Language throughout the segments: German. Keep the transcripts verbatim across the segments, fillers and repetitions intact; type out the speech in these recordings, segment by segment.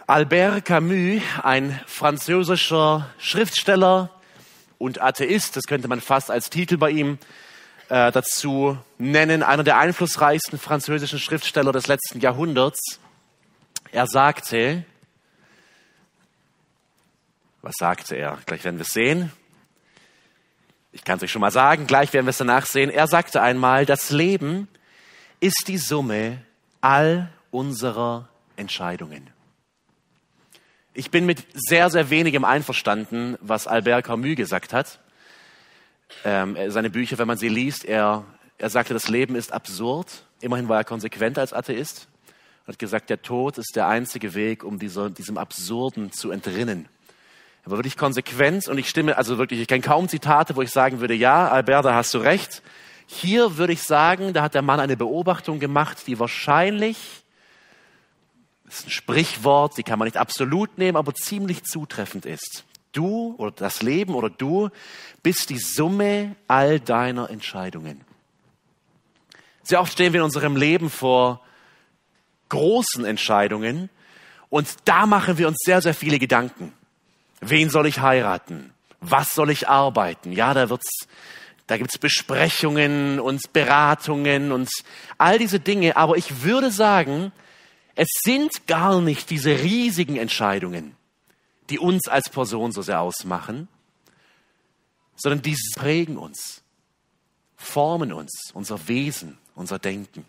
Albert Camus, ein französischer Schriftsteller und Atheist, das könnte man fast als Titel bei ihm äh, dazu nennen, einer der einflussreichsten französischen Schriftsteller des letzten Jahrhunderts. Er sagte, was sagte er? Gleich werden wir es sehen. Ich kann es euch schon mal sagen, gleich werden wir es danach sehen. Er sagte einmal, das Leben ist die Summe all unserer Entscheidungen. Ich bin mit sehr, sehr wenigem einverstanden, was Albert Camus gesagt hat. Ähm, seine Bücher, wenn man sie liest, er, er sagte, das Leben ist absurd. Immerhin war er konsequent als Atheist. Er hat gesagt, der Tod ist der einzige Weg, um dieser, diesem Absurden zu entrinnen. Er war wirklich konsequent und ich stimme, also wirklich, ich kenne kaum Zitate, wo ich sagen würde, ja, Albert, da hast du recht. Hier würde ich sagen, da hat der Mann eine Beobachtung gemacht, die wahrscheinlich, das ist ein Sprichwort, die kann man nicht absolut nehmen, aber ziemlich zutreffend ist. Du oder das Leben oder du bist die Summe all deiner Entscheidungen. Sehr oft stehen wir in unserem Leben vor großen Entscheidungen und da machen wir uns sehr, sehr viele Gedanken. Wen soll ich heiraten? Was soll ich arbeiten? Ja, da wird's, da gibt's Besprechungen und Beratungen und all diese Dinge. Aber ich würde sagen, es sind gar nicht diese riesigen Entscheidungen, die uns als Person so sehr ausmachen, sondern die prägen uns, formen uns, unser Wesen, unser Denken.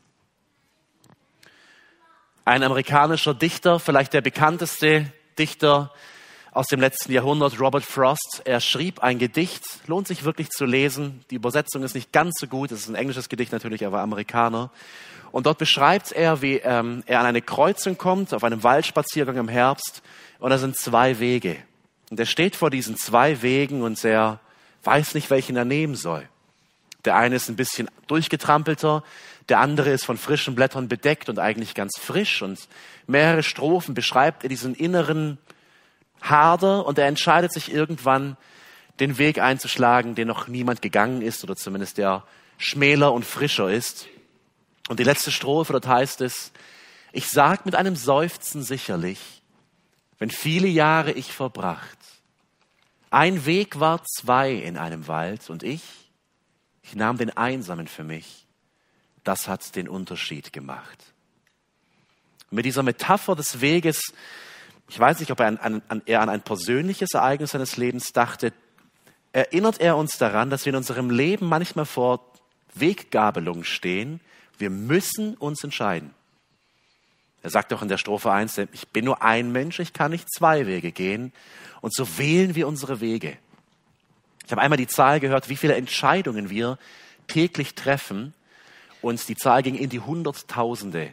Ein amerikanischer Dichter, vielleicht der bekannteste Dichter aus dem letzten Jahrhundert, Robert Frost, er schrieb ein Gedicht, lohnt sich wirklich zu lesen. Die Übersetzung ist nicht ganz so gut, es ist ein englisches Gedicht natürlich, er war Amerikaner. Und dort beschreibt er, wie ähm, er an eine Kreuzung kommt, auf einem Waldspaziergang im Herbst, und da sind zwei Wege. Und er steht vor diesen zwei Wegen und er weiß nicht, welchen er nehmen soll. Der eine ist ein bisschen durchgetrampelter, der andere ist von frischen Blättern bedeckt und eigentlich ganz frisch. Und mehrere Strophen beschreibt er diesen inneren Hader und er entscheidet sich irgendwann, den Weg einzuschlagen, den noch niemand gegangen ist oder zumindest der schmäler und frischer ist. Und die letzte Strophe, dort heißt es, ich sag mit einem Seufzen sicherlich, wenn viele Jahre ich verbracht, ein Weg war zwei in einem Wald und ich, ich nahm den einsamen für mich, das hat den Unterschied gemacht. Und mit dieser Metapher des Weges, ich weiß nicht, ob er an, an, an, er an ein persönliches Ereignis seines Lebens dachte, erinnert er uns daran, dass wir in unserem Leben manchmal vor Weggabelungen stehen. Wir müssen uns entscheiden. Er sagt auch in der Strophe eins, ich bin nur ein Mensch, ich kann nicht zwei Wege gehen. Und so wählen wir unsere Wege. Ich habe einmal die Zahl gehört, wie viele Entscheidungen wir täglich treffen. Und die Zahl ging in die Hunderttausende.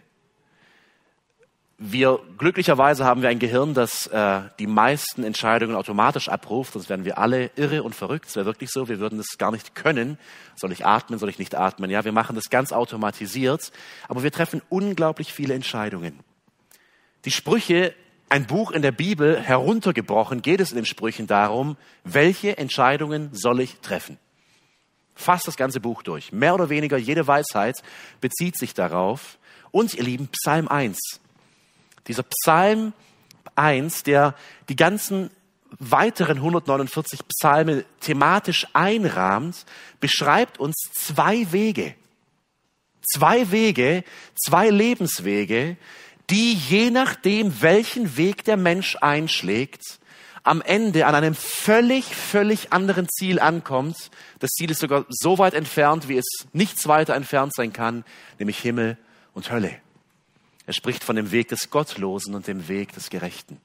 Wir, glücklicherweise haben wir ein Gehirn, das äh, die meisten Entscheidungen automatisch abruft, sonst wären wir alle irre und verrückt. Es wäre wirklich so, wir würden das gar nicht können. Soll ich atmen, soll ich nicht atmen? Ja, wir machen das ganz automatisiert, aber wir treffen unglaublich viele Entscheidungen. Die Sprüche, ein Buch in der Bibel, heruntergebrochen, geht es in den Sprüchen darum, welche Entscheidungen soll ich treffen? Fast das ganze Buch durch. Mehr oder weniger jede Weisheit bezieht sich darauf. Und ihr Lieben, Psalm eins. Dieser Psalm eins, der die ganzen weiteren hundertneunundvierzig Psalme thematisch einrahmt, beschreibt uns zwei Wege. Zwei Wege, zwei Lebenswege, die je nachdem, welchen Weg der Mensch einschlägt, am Ende an einem völlig, völlig anderen Ziel ankommt. Das Ziel ist sogar so weit entfernt, wie es nichts weiter entfernt sein kann, nämlich Himmel und Hölle. Er spricht von dem Weg des Gottlosen und dem Weg des Gerechten.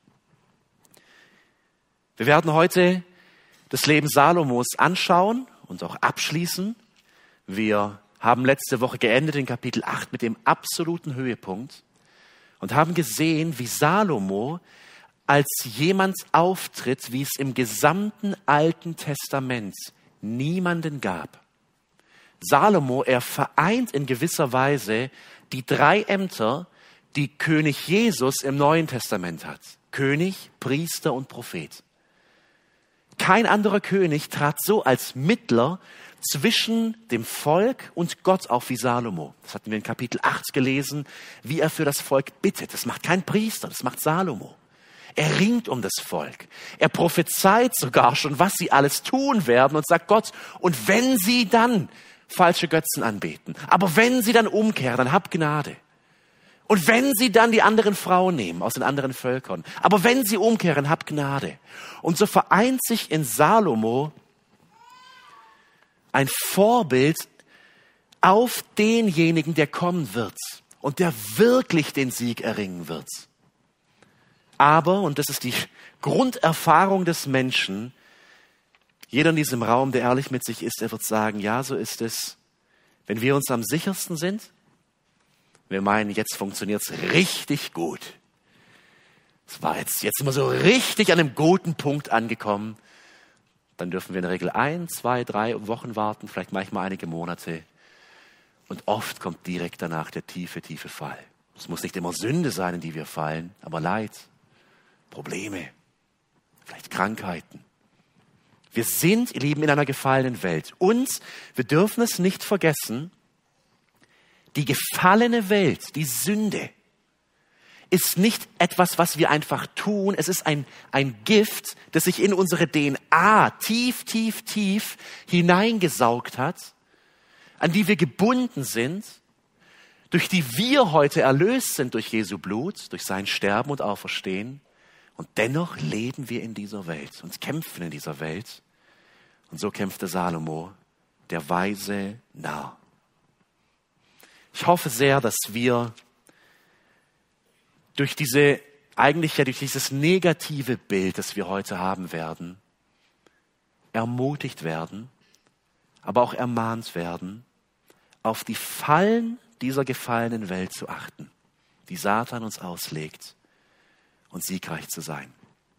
Wir werden heute das Leben Salomos anschauen und auch abschließen. Wir haben letzte Woche geendet in Kapitel acht mit dem absoluten Höhepunkt und haben gesehen, wie Salomo als jemand auftritt, wie es im gesamten Alten Testament niemanden gab. Salomo, er vereint in gewisser Weise die drei Ämter, die König Jesus im Neuen Testament hat. König, Priester und Prophet. Kein anderer König trat so als Mittler zwischen dem Volk und Gott auf wie Salomo. Das hatten wir in Kapitel acht gelesen, wie er für das Volk bittet. Das macht kein Priester, das macht Salomo. Er ringt um das Volk. Er prophezeit sogar schon, was sie alles tun werden und sagt Gott, und wenn sie dann falsche Götzen anbeten, aber wenn sie dann umkehren, dann hab Gnade. Und wenn sie dann die anderen Frauen nehmen aus den anderen Völkern, aber wenn sie umkehren, hab Gnade. Und so vereint sich in Salomo ein Vorbild auf denjenigen, der kommen wird und der wirklich den Sieg erringen wird. Aber, und das ist die Grunderfahrung des Menschen, jeder in diesem Raum, der ehrlich mit sich ist, der wird sagen, ja, so ist es. Wenn wir uns am sichersten sind, wir meinen, jetzt funktioniert es richtig gut. Es war jetzt, jetzt immer so richtig an einem guten Punkt angekommen. Dann dürfen wir in der Regel ein, zwei, drei Wochen warten, vielleicht manchmal einige Monate. Und oft kommt direkt danach der tiefe, tiefe Fall. Es muss nicht immer Sünde sein, in die wir fallen, aber Leid, Probleme, vielleicht Krankheiten. Wir sind, ihr Lieben, in einer gefallenen Welt. Und wir dürfen es nicht vergessen, die gefallene Welt, die Sünde, ist nicht etwas, was wir einfach tun. Es ist ein, ein Gift, das sich in unsere D N A tief, tief, tief hineingesaugt hat, an die wir gebunden sind, durch die wir heute erlöst sind durch Jesu Blut, durch sein Sterben und Auferstehen. Und dennoch leben wir in dieser Welt und kämpfen in dieser Welt. Und so kämpfte Salomo, der weise Narr. Ich hoffe sehr, dass wir durch diese, eigentlich ja durch dieses negative Bild, das wir heute haben werden, ermutigt werden, aber auch ermahnt werden, auf die Fallen dieser gefallenen Welt zu achten, die Satan uns auslegt, und siegreich zu sein.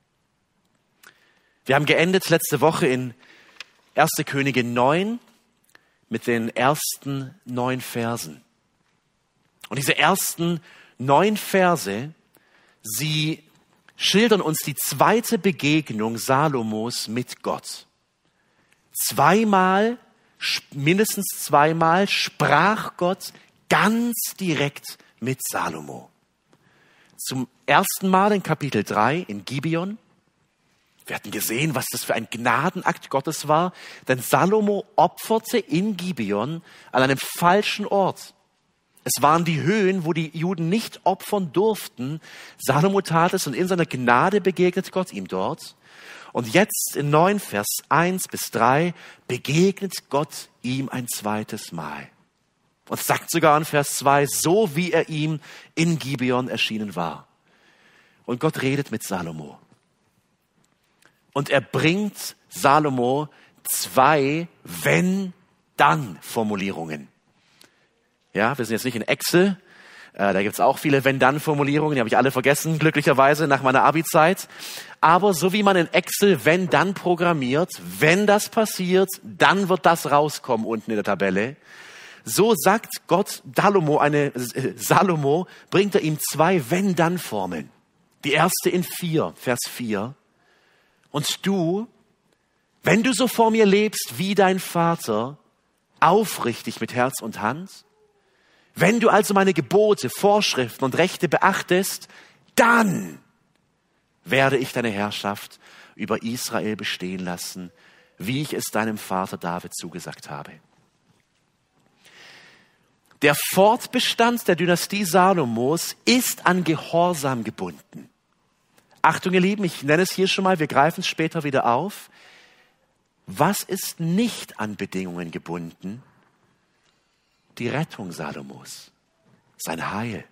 Wir haben geendet letzte Woche in erster Könige neun mit den ersten neun Versen. Und diese ersten neun Verse, sie schildern uns die zweite Begegnung Salomos mit Gott. Zweimal, mindestens zweimal sprach Gott ganz direkt mit Salomo. Zum ersten Mal in Kapitel drei in Gibeon. Wir hatten gesehen, was das für ein Gnadenakt Gottes war, denn Salomo opferte in Gibeon an einem falschen Ort. Es waren die Höhen, wo die Juden nicht opfern durften. Salomo tat es und in seiner Gnade begegnet Gott ihm dort. Und jetzt in neun Vers eins bis drei begegnet Gott ihm ein zweites Mal. Und sagt sogar in Vers zwei, so wie er ihm in Gibeon erschienen war. Und Gott redet mit Salomo. Und er bringt Salomo zwei Wenn-Dann-Formulierungen. Ja, wir sind jetzt nicht in Excel. Äh, da gibt's auch viele Wenn-Dann-Formulierungen. Die habe ich alle vergessen, glücklicherweise, nach meiner Abi-Zeit. Aber so wie man in Excel Wenn-Dann programmiert, wenn das passiert, dann wird das rauskommen unten in der Tabelle. So sagt Gott Salomo, eine, äh, Salomo bringt er ihm zwei Wenn-Dann-Formeln. Die erste in vier, Vers vier. Und du, wenn du so vor mir lebst wie dein Vater, aufrichtig mit Herz und Hand, wenn du also meine Gebote, Vorschriften und Rechte beachtest, dann werde ich deine Herrschaft über Israel bestehen lassen, wie ich es deinem Vater David zugesagt habe. Der Fortbestand der Dynastie Salomos ist an Gehorsam gebunden. Achtung, ihr Lieben, ich nenne es hier schon mal, wir greifen es später wieder auf. Was ist nicht an Bedingungen gebunden? Die Rettung Salomos, sein Heil.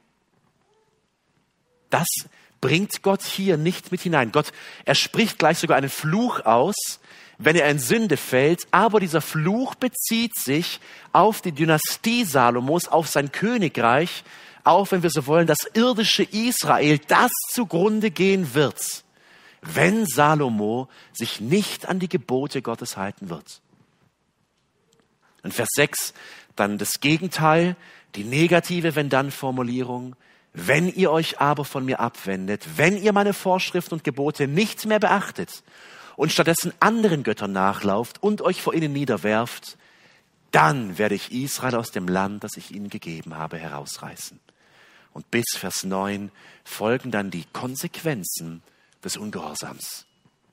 Das bringt Gott hier nicht mit hinein. Gott, er spricht gleich sogar einen Fluch aus, wenn er in Sünde fällt, aber dieser Fluch bezieht sich auf die Dynastie Salomos, auf sein Königreich, auch wenn wir so wollen, das irdische Israel, das zugrunde gehen wird, wenn Salomo sich nicht an die Gebote Gottes halten wird. In Vers sechs dann das Gegenteil, die negative Wenn-Dann-Formulierung. Wenn ihr euch aber von mir abwendet, wenn ihr meine Vorschriften und Gebote nicht mehr beachtet und stattdessen anderen Göttern nachlauft und euch vor ihnen niederwerft, dann werde ich Israel aus dem Land, das ich ihnen gegeben habe, herausreißen. Und bis Vers neun folgen dann die Konsequenzen des Ungehorsams.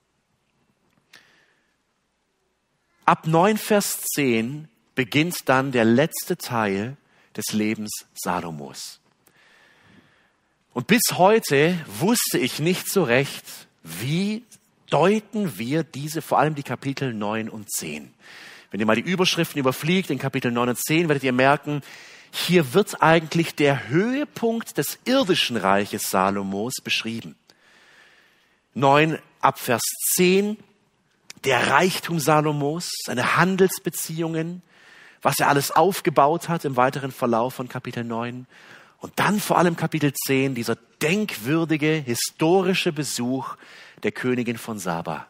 Ab neun Vers zehn beginnt dann der letzte Teil des Lebens Salomos. Und bis heute wusste ich nicht so recht, wie deuten wir diese, vor allem die Kapitel neun und zehn. Wenn ihr mal die Überschriften überfliegt in Kapitel neun und zehn, werdet ihr merken, hier wird eigentlich der Höhepunkt des irdischen Reiches Salomos beschrieben. neun ab Vers zehn, der Reichtum Salomos, seine Handelsbeziehungen, was er alles aufgebaut hat im weiteren Verlauf von Kapitel neun. Und dann vor allem Kapitel zehn, dieser denkwürdige, historische Besuch der Königin von Saba.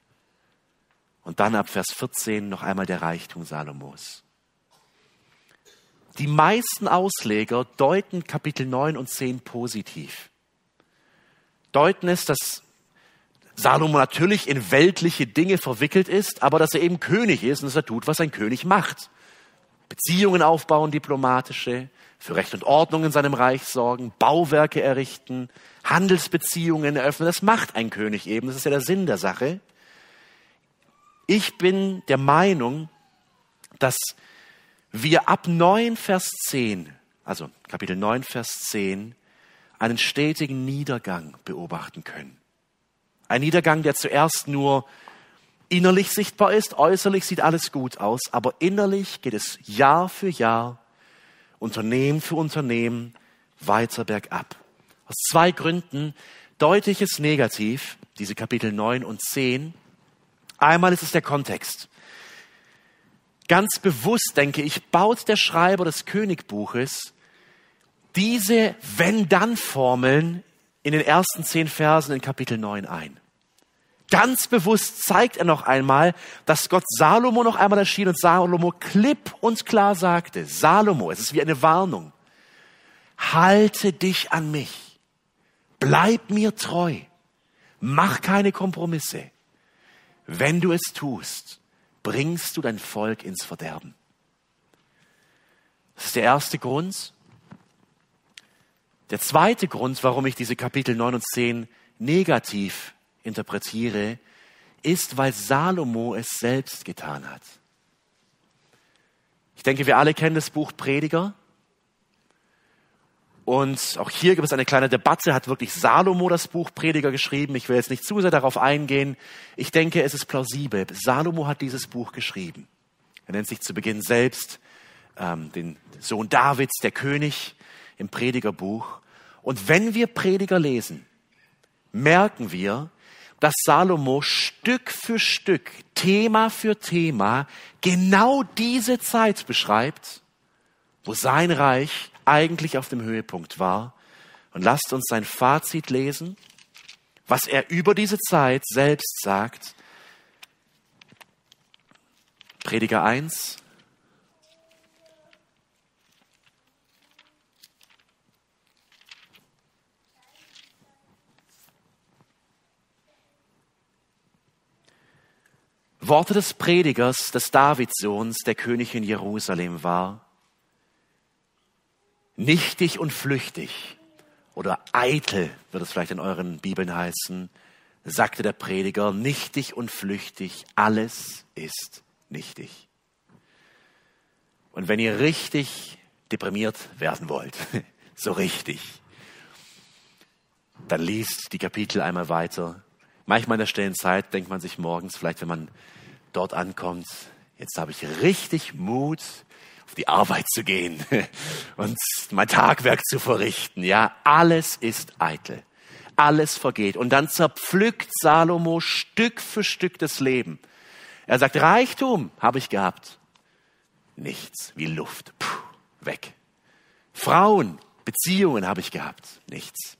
Und dann ab Vers vierzehn noch einmal der Reichtum Salomos. Die meisten Ausleger deuten Kapitel neun und zehn positiv. Deuten es, dass Salomo natürlich in weltliche Dinge verwickelt ist, aber dass er eben König ist und dass er tut, was ein König macht. Beziehungen aufbauen, diplomatische, für Recht und Ordnung in seinem Reich sorgen, Bauwerke errichten, Handelsbeziehungen eröffnen. Das macht ein König eben, das ist ja der Sinn der Sache. Ich bin der Meinung, dass wir ab neun Vers zehn, also Kapitel neun Vers zehn, einen stetigen Niedergang beobachten können. Ein Niedergang, der zuerst nur innerlich sichtbar ist, äußerlich sieht alles gut aus, aber innerlich geht es Jahr für Jahr, Unternehmen für Unternehmen weiter bergab. Aus zwei Gründen deute ich es negativ, diese Kapitel neun und zehn. Einmal ist es der Kontext. Ganz bewusst, denke ich, baut der Schreiber des Königbuches diese Wenn-Dann-Formeln in den ersten zehn Versen in Kapitel neun ein. Ganz bewusst zeigt er noch einmal, dass Gott Salomo noch einmal erschien und Salomo klipp und klar sagte, Salomo, es ist wie eine Warnung, halte dich an mich, bleib mir treu, mach keine Kompromisse. Wenn du es tust, bringst du dein Volk ins Verderben. Das ist der erste Grund. Der zweite Grund, warum ich diese Kapitel neun und zehn negativ interpretiere, ist, weil Salomo es selbst getan hat. Ich denke, wir alle kennen das Buch Prediger. Und auch hier gibt es eine kleine Debatte, hat wirklich Salomo das Buch Prediger geschrieben? Ich will jetzt nicht zu sehr darauf eingehen. Ich denke, es ist plausibel. Salomo hat dieses Buch geschrieben. Er nennt sich zu Beginn selbst ähm, den Sohn Davids, der König im Predigerbuch. Und wenn wir Prediger lesen, merken wir, dass Salomo Stück für Stück, Thema für Thema, genau diese Zeit beschreibt, wo sein Reich eigentlich auf dem Höhepunkt war. Und lasst uns sein Fazit lesen, was er über diese Zeit selbst sagt. Prediger eins. Worte des Predigers, des Davidssohns, der König in Jerusalem war: Nichtig und flüchtig oder eitel wird es vielleicht in euren Bibeln heißen, sagte der Prediger, nichtig und flüchtig, alles ist nichtig. Und wenn ihr richtig deprimiert werden wollt, so richtig, dann liest die Kapitel einmal weiter. Manchmal in der stillen Zeit denkt man sich morgens, vielleicht wenn man dort ankommt, jetzt habe ich richtig Mut, auf die Arbeit zu gehen und mein Tagwerk zu verrichten. Ja, alles ist eitel. Alles vergeht. Und dann zerpflückt Salomo Stück für Stück das Leben. Er sagt, Reichtum habe ich gehabt. Nichts, wie Luft. Puh, weg. Frauen, Beziehungen habe ich gehabt. Nichts.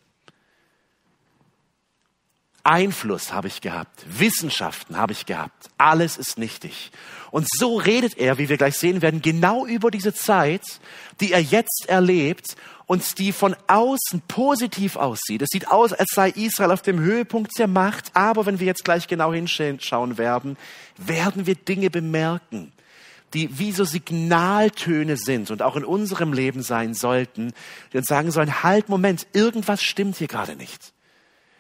Einfluss habe ich gehabt, Wissenschaften habe ich gehabt, alles ist nichtig. Und so redet er, wie wir gleich sehen werden, genau über diese Zeit, die er jetzt erlebt und die von außen positiv aussieht. Es sieht aus, als sei Israel auf dem Höhepunkt der Macht, aber wenn wir jetzt gleich genau hinschauen werden, werden wir Dinge bemerken, die wie so Signaltöne sind und auch in unserem Leben sein sollten, die uns sagen sollen, halt, Moment, irgendwas stimmt hier gerade nicht.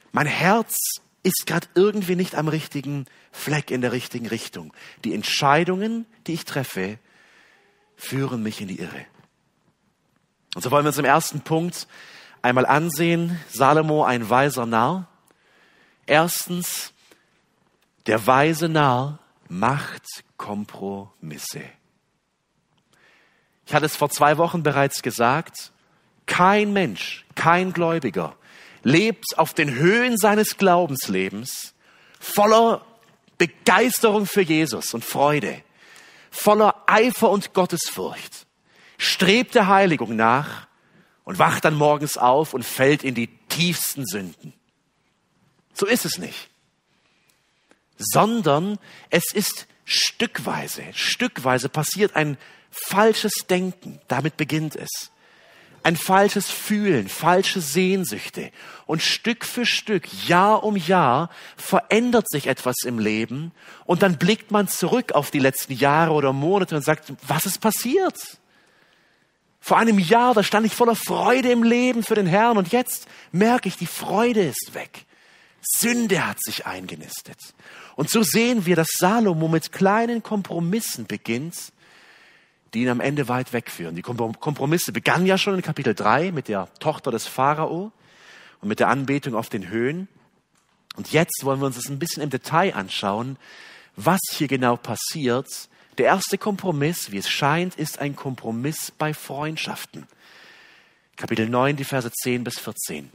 Mein Herz ist gerade irgendwie nicht am richtigen Fleck, in der richtigen Richtung. Die Entscheidungen, die ich treffe, führen mich in die Irre. Und so wollen wir uns im ersten Punkt einmal ansehen, Salomo, ein weiser Narr. Erstens, der weise Narr macht Kompromisse. Ich hatte es vor zwei Wochen bereits gesagt, kein Mensch, kein Gläubiger lebt auf den Höhen seines Glaubenslebens voller Begeisterung für Jesus und Freude, voller Eifer und Gottesfurcht, strebt der Heiligung nach und wacht dann morgens auf und fällt in die tiefsten Sünden. So ist es nicht. Sondern es ist stückweise, stückweise passiert ein falsches Denken. Damit beginnt es. Ein falsches Fühlen, falsche Sehnsüchte. Und Stück für Stück, Jahr um Jahr verändert sich etwas im Leben. Und dann blickt man zurück auf die letzten Jahre oder Monate und sagt, was ist passiert? Vor einem Jahr, da stand ich voller Freude im Leben für den Herrn. Und jetzt merke ich, die Freude ist weg. Sünde hat sich eingenistet. Und so sehen wir, dass Salomo mit kleinen Kompromissen beginnt, die ihn am Ende weit wegführen. Die Kompromisse begannen ja schon in Kapitel drei mit der Tochter des Pharao und mit der Anbetung auf den Höhen. Und jetzt wollen wir uns das ein bisschen im Detail anschauen, was hier genau passiert. Der erste Kompromiss, wie es scheint, ist ein Kompromiss bei Freundschaften. Kapitel neun, die Verse zehn bis vierzehn.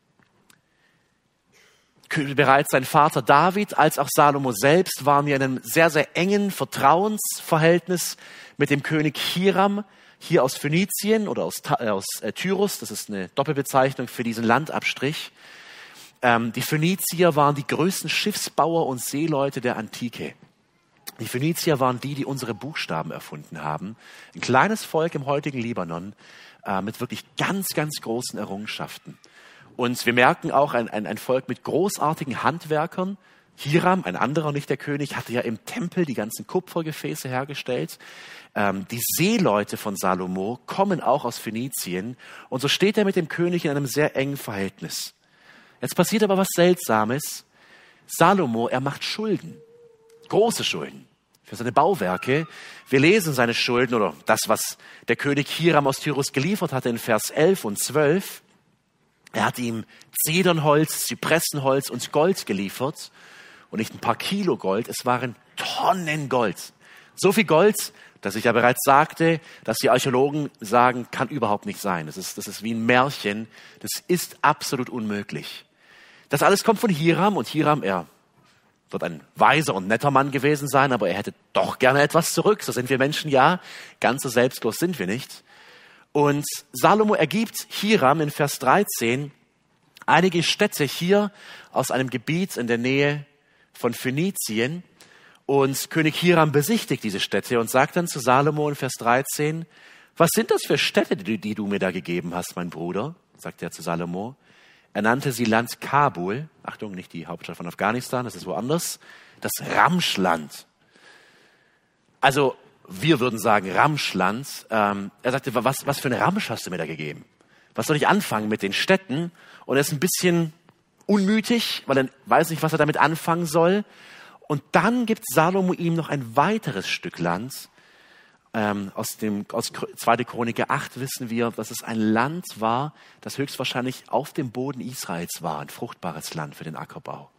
Bereits sein Vater David als auch Salomo selbst waren ja in einem sehr, sehr engen Vertrauensverhältnis mit dem König Hiram, hier aus Phönizien oder aus, äh, aus äh, Tyrus. Das ist eine Doppelbezeichnung für diesen Landabstrich. Ähm, die Phönizier waren die größten Schiffsbauer und Seeleute der Antike. Die Phönizier waren die, die unsere Buchstaben erfunden haben. Ein kleines Volk im heutigen Libanon äh, mit wirklich ganz, ganz großen Errungenschaften. Und wir merken auch ein, ein, ein Volk mit großartigen Handwerkern. Hiram, ein anderer, nicht der König, hatte ja im Tempel die ganzen Kupfergefäße hergestellt. Ähm, die Seeleute von Salomo kommen auch aus Phönizien. Und so steht er mit dem König in einem sehr engen Verhältnis. Jetzt passiert aber was Seltsames. Salomo, er macht Schulden. Große Schulden für seine Bauwerke. Wir lesen seine Schulden oder das, was der König Hiram aus Tyrus geliefert hatte in Vers elf und zwölf. Er hat ihm Zedernholz, Zypressenholz und Gold geliefert. Und nicht ein paar Kilo Gold, es waren Tonnen Gold. So viel Gold, dass ich ja bereits sagte, dass die Archäologen sagen, kann überhaupt nicht sein. Das ist, das ist wie ein Märchen. Das ist absolut unmöglich. Das alles kommt von Hiram und Hiram, er wird ein weiser und netter Mann gewesen sein, aber er hätte doch gerne etwas zurück. So sind wir Menschen ja. Ganz so selbstlos sind wir nicht. Und Salomo ergibt Hiram in Vers dreizehn einige Städte hier aus einem Gebiet in der Nähe von Phönizien. Und König Hiram besichtigt diese Städte und sagt dann zu Salomo in Vers dreizehn, was sind das für Städte, die, die du mir da gegeben hast, mein Bruder? Sagt er zu Salomo. Er nannte sie Land Kabul. Achtung, nicht die Hauptstadt von Afghanistan, das ist woanders. Das Ramschland. Also, wir würden sagen Ramschland. Ähm, er sagte, was, was für eine Ramsch hast du mir da gegeben? Was soll ich anfangen mit den Städten? Und er ist ein bisschen unmütig, weil er weiß nicht, was er damit anfangen soll. Und dann gibt Salomo ihm noch ein weiteres Stück Land. Ähm, aus dem aus zweite Chroniker acht wissen wir, dass es ein Land war, das höchstwahrscheinlich auf dem Boden Israels war, ein fruchtbares Land für den Ackerbau.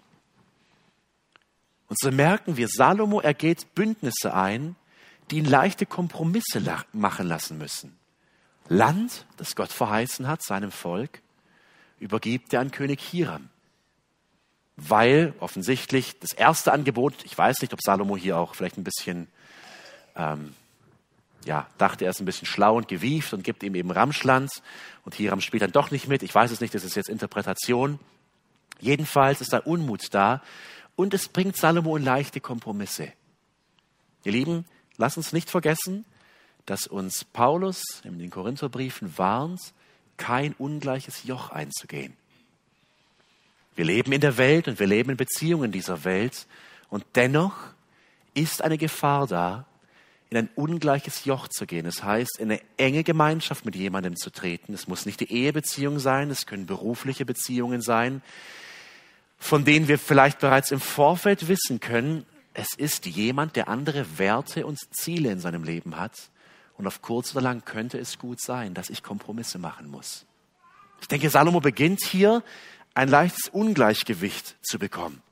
Und so merken wir, Salomo ergeht Bündnisse ein, die ihn leichte Kompromisse machen lassen müssen. Land, das Gott verheißen hat, seinem Volk, übergibt er an König Hiram. Weil offensichtlich das erste Angebot, ich weiß nicht, ob Salomo hier auch vielleicht ein bisschen, ähm, ja, dachte, er ist ein bisschen schlau und gewieft und gibt ihm eben Ramschland und Hiram spielt dann doch nicht mit. Ich weiß es nicht, das ist jetzt Interpretation. Jedenfalls ist da Unmut da und es bringt Salomo in leichte Kompromisse. Ihr Lieben, lasst uns nicht vergessen, dass uns Paulus in den Korintherbriefen warnt, kein ungleiches Joch einzugehen. Wir leben in der Welt und wir leben in Beziehungen dieser Welt und dennoch ist eine Gefahr da, in ein ungleiches Joch zu gehen. Das heißt, in eine enge Gemeinschaft mit jemandem zu treten. Es muss nicht die Ehebeziehung sein, es können berufliche Beziehungen sein, von denen wir vielleicht bereits im Vorfeld wissen können, es ist jemand, der andere Werte und Ziele in seinem Leben hat. Und auf kurz oder lang könnte es gut sein, dass ich Kompromisse machen muss. Ich denke, Salomo beginnt hier ein leichtes Ungleichgewicht zu bekommen.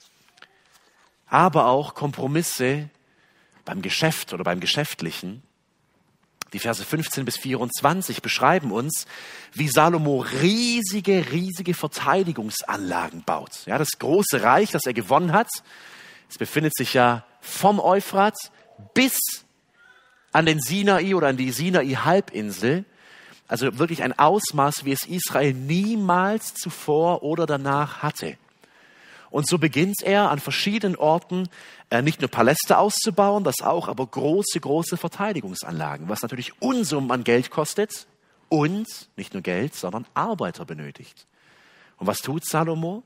Aber auch Kompromisse beim Geschäft oder beim Geschäftlichen. Die Verse fünfzehn bis vierundzwanzig beschreiben uns, wie Salomo riesige, riesige Verteidigungsanlagen baut. Ja, das große Reich, das er gewonnen hat, es befindet sich ja vom Euphrat bis an den Sinai oder an die Sinai-Halbinsel. Also wirklich ein Ausmaß, wie es Israel niemals zuvor oder danach hatte. Und so beginnt er an verschiedenen Orten äh, nicht nur Paläste auszubauen, das auch, aber große, große Verteidigungsanlagen, was natürlich Unsummen an Geld kostet und nicht nur Geld, sondern Arbeiter benötigt. Und was tut Salomo?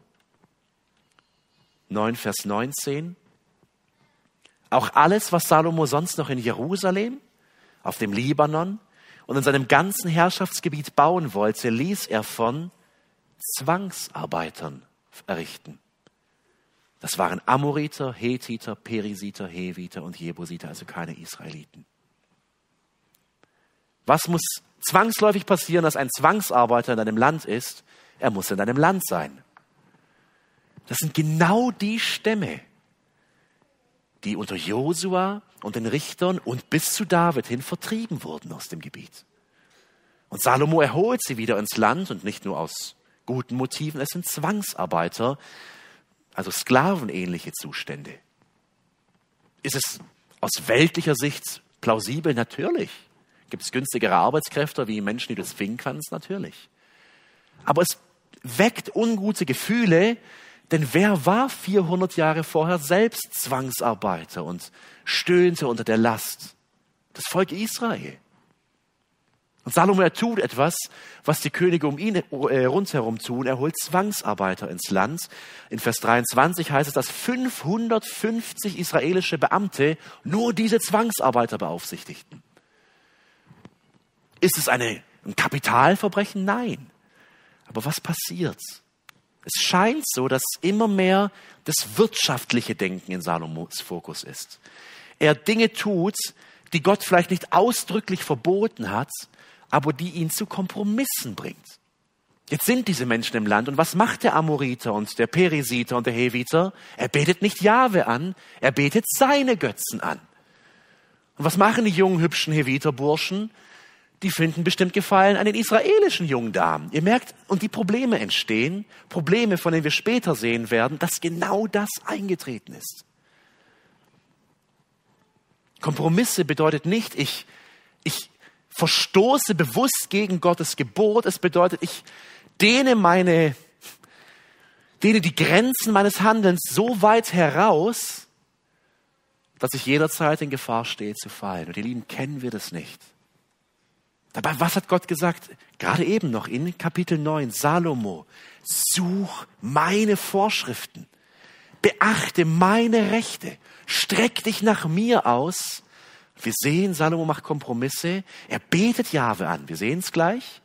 neun Vers neunzehn. Auch alles, was Salomo sonst noch in Jerusalem, auf dem Libanon und in seinem ganzen Herrschaftsgebiet bauen wollte, ließ er von Zwangsarbeitern errichten. Das waren Amoriter, Hethiter, Perisiter, Heviter und Jebusiter, also keine Israeliten. Was muss zwangsläufig passieren, dass ein Zwangsarbeiter in einem Land ist? Er muss in einem Land sein. Das sind genau die Stämme, die unter Josua und den Richtern und bis zu David hin vertrieben wurden aus dem Gebiet. Und Salomo erholt sie wieder ins Land und nicht nur aus guten Motiven, es sind Zwangsarbeiter, also sklavenähnliche Zustände. Ist es aus weltlicher Sicht plausibel? Natürlich. Gibt es günstigere Arbeitskräfte wie Menschen, die du zwingen kannst? Natürlich. Aber es weckt ungute Gefühle, denn wer war vierhundert Jahre vorher selbst Zwangsarbeiter und stöhnte unter der Last? Das Volk Israel. Und Salomo, er tut etwas, was die Könige um ihn rundherum tun. Er holt Zwangsarbeiter ins Land. In Vers dreiundzwanzig heißt es, dass fünfhundertfünfzig israelische Beamte nur diese Zwangsarbeiter beaufsichtigten. Ist es eine, ein Kapitalverbrechen? Nein. Aber was passiert? Es scheint so, dass immer mehr das wirtschaftliche Denken in Salomos Fokus ist. Er Dinge tut, die Gott vielleicht nicht ausdrücklich verboten hat, aber die ihn zu Kompromissen bringt. Jetzt sind diese Menschen im Land und was macht der Amoriter und der Perisiter und der Heviter? Er betet nicht Jahwe an, er betet seine Götzen an. Und was machen die jungen, hübschen Heviter-Burschen? Die finden bestimmt Gefallen an den israelischen jungen Damen. Ihr merkt, und die Probleme entstehen, Probleme, von denen wir später sehen werden, dass genau das eingetreten ist. Kompromisse bedeutet nicht, ich, ich verstoße bewusst gegen Gottes Gebot. Es bedeutet, ich dehne meine, dehne die Grenzen meines Handelns so weit heraus, dass ich jederzeit in Gefahr stehe zu fallen. Und ihr Lieben, kennen wir das nicht? Dabei, was hat Gott gesagt? Gerade eben noch in Kapitel neun, Salomo, such meine Vorschriften, beachte meine Rechte, streck dich nach mir aus. Wir sehen, Salomo macht Kompromisse, er betet Jahwe an, wir sehen es gleich.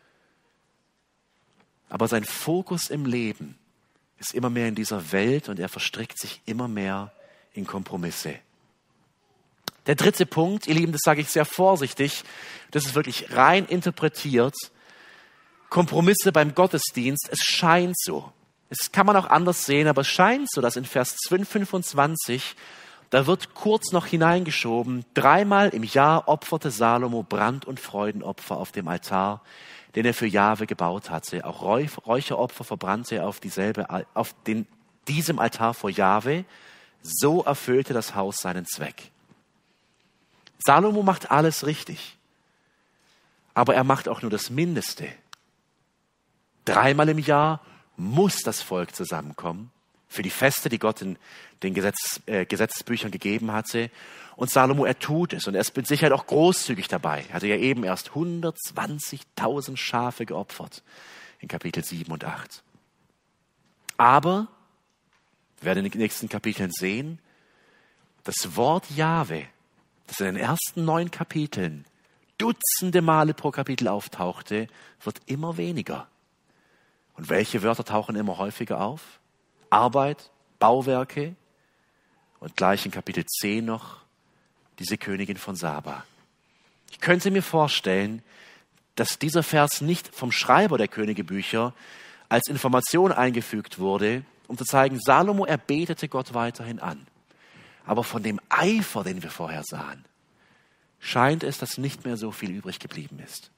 Aber sein Fokus im Leben ist immer mehr in dieser Welt und er verstrickt sich immer mehr in Kompromisse. Der dritte Punkt, ihr Lieben, das sage ich sehr vorsichtig, das ist wirklich rein interpretiert. Kompromisse beim Gottesdienst, es scheint so. Das kann man auch anders sehen, aber es scheint so, dass in Vers fünfundzwanzig, da wird kurz noch hineingeschoben, dreimal im Jahr opferte Salomo Brand- und Freudenopfer auf dem Altar, den er für Jahwe gebaut hatte. Auch Räucheropfer verbrannte er auf, dieselbe, auf den, diesem Altar vor Jahwe. So erfüllte das Haus seinen Zweck. Salomo macht alles richtig, aber er macht auch nur das Mindeste. Dreimal im Jahr muss das Volk zusammenkommen für die Feste, die Gott in den Gesetz, äh, Gesetzesbüchern gegeben hatte. Und Salomo, er tut es und er ist mit Sicherheit auch großzügig dabei. Er hatte ja eben erst hundertzwanzigtausend Schafe geopfert in Kapitel sieben und acht. Aber, wir werden in den nächsten Kapiteln sehen, das Wort Jahwe, das in den ersten neun Kapiteln Dutzende Male pro Kapitel auftauchte, wird immer weniger. Und welche Wörter tauchen immer häufiger auf? Arbeit, Bauwerke und gleich in Kapitel zehn noch diese Königin von Saba. Ich könnte mir vorstellen, dass dieser Vers nicht vom Schreiber der Königebücher als Information eingefügt wurde, um zu zeigen, Salomo, er betete Gott weiterhin an. Aber von dem Eifer, den wir vorher sahen, scheint es, dass nicht mehr so viel übrig geblieben ist.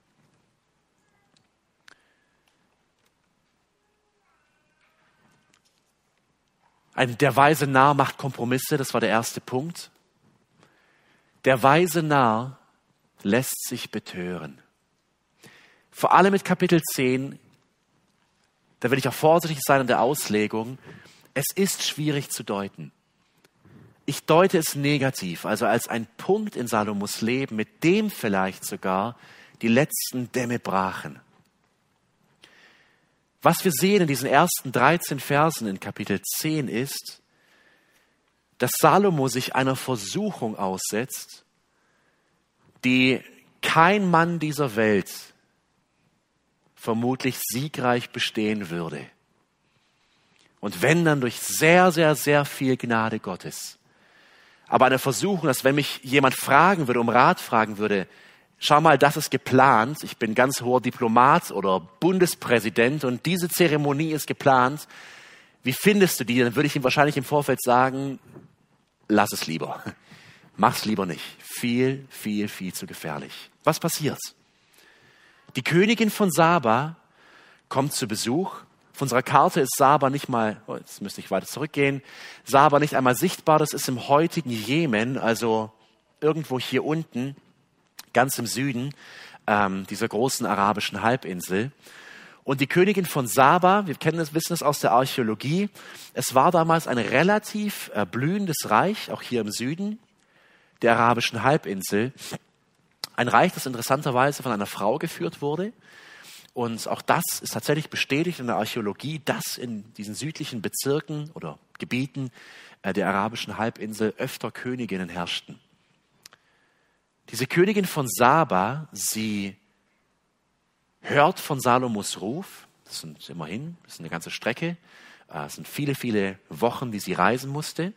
Ein, der weise Narr macht Kompromisse, das war der erste Punkt. Der weise Narr lässt sich betören. Vor allem mit Kapitel zehn, da will ich auch vorsichtig sein in der Auslegung, es ist schwierig zu deuten. Ich deute es negativ, also als ein Punkt in Salomos Leben, mit dem vielleicht sogar die letzten Dämme brachen. Was wir sehen in diesen ersten dreizehn Versen in Kapitel zehn ist, dass Salomo sich einer Versuchung aussetzt, die kein Mann dieser Welt vermutlich siegreich bestehen würde. Und wenn, dann durch sehr, sehr, sehr viel Gnade Gottes. Aber eine Versuchung, dass wenn mich jemand fragen würde, um Rat fragen würde, schau mal, das ist geplant, ich bin ganz hoher Diplomat oder Bundespräsident und diese Zeremonie ist geplant, wie findest du die? Dann würde ich ihm wahrscheinlich im Vorfeld sagen, lass es lieber, mach's lieber nicht. Viel, viel, viel zu gefährlich. Was passiert? Die Königin von Saba kommt zu Besuch. Auf unserer Karte ist Saba nicht mal, oh, jetzt müsste ich weiter zurückgehen, Saba nicht einmal sichtbar, das ist im heutigen Jemen, also irgendwo hier unten, ganz im Süden ähm, dieser großen arabischen Halbinsel. Und die Königin von Saba, wir kennen das, wissen es aus der Archäologie, es war damals ein relativ äh, blühendes Reich, auch hier im Süden der arabischen Halbinsel. Ein Reich, das interessanterweise von einer Frau geführt wurde. Und auch das ist tatsächlich bestätigt in der Archäologie, dass in diesen südlichen Bezirken oder Gebieten äh, der arabischen Halbinsel öfter Königinnen herrschten. Diese Königin von Saba, sie hört von Salomos Ruf, das sind immerhin, das ist eine ganze Strecke, es sind viele, viele Wochen, die sie reisen musste.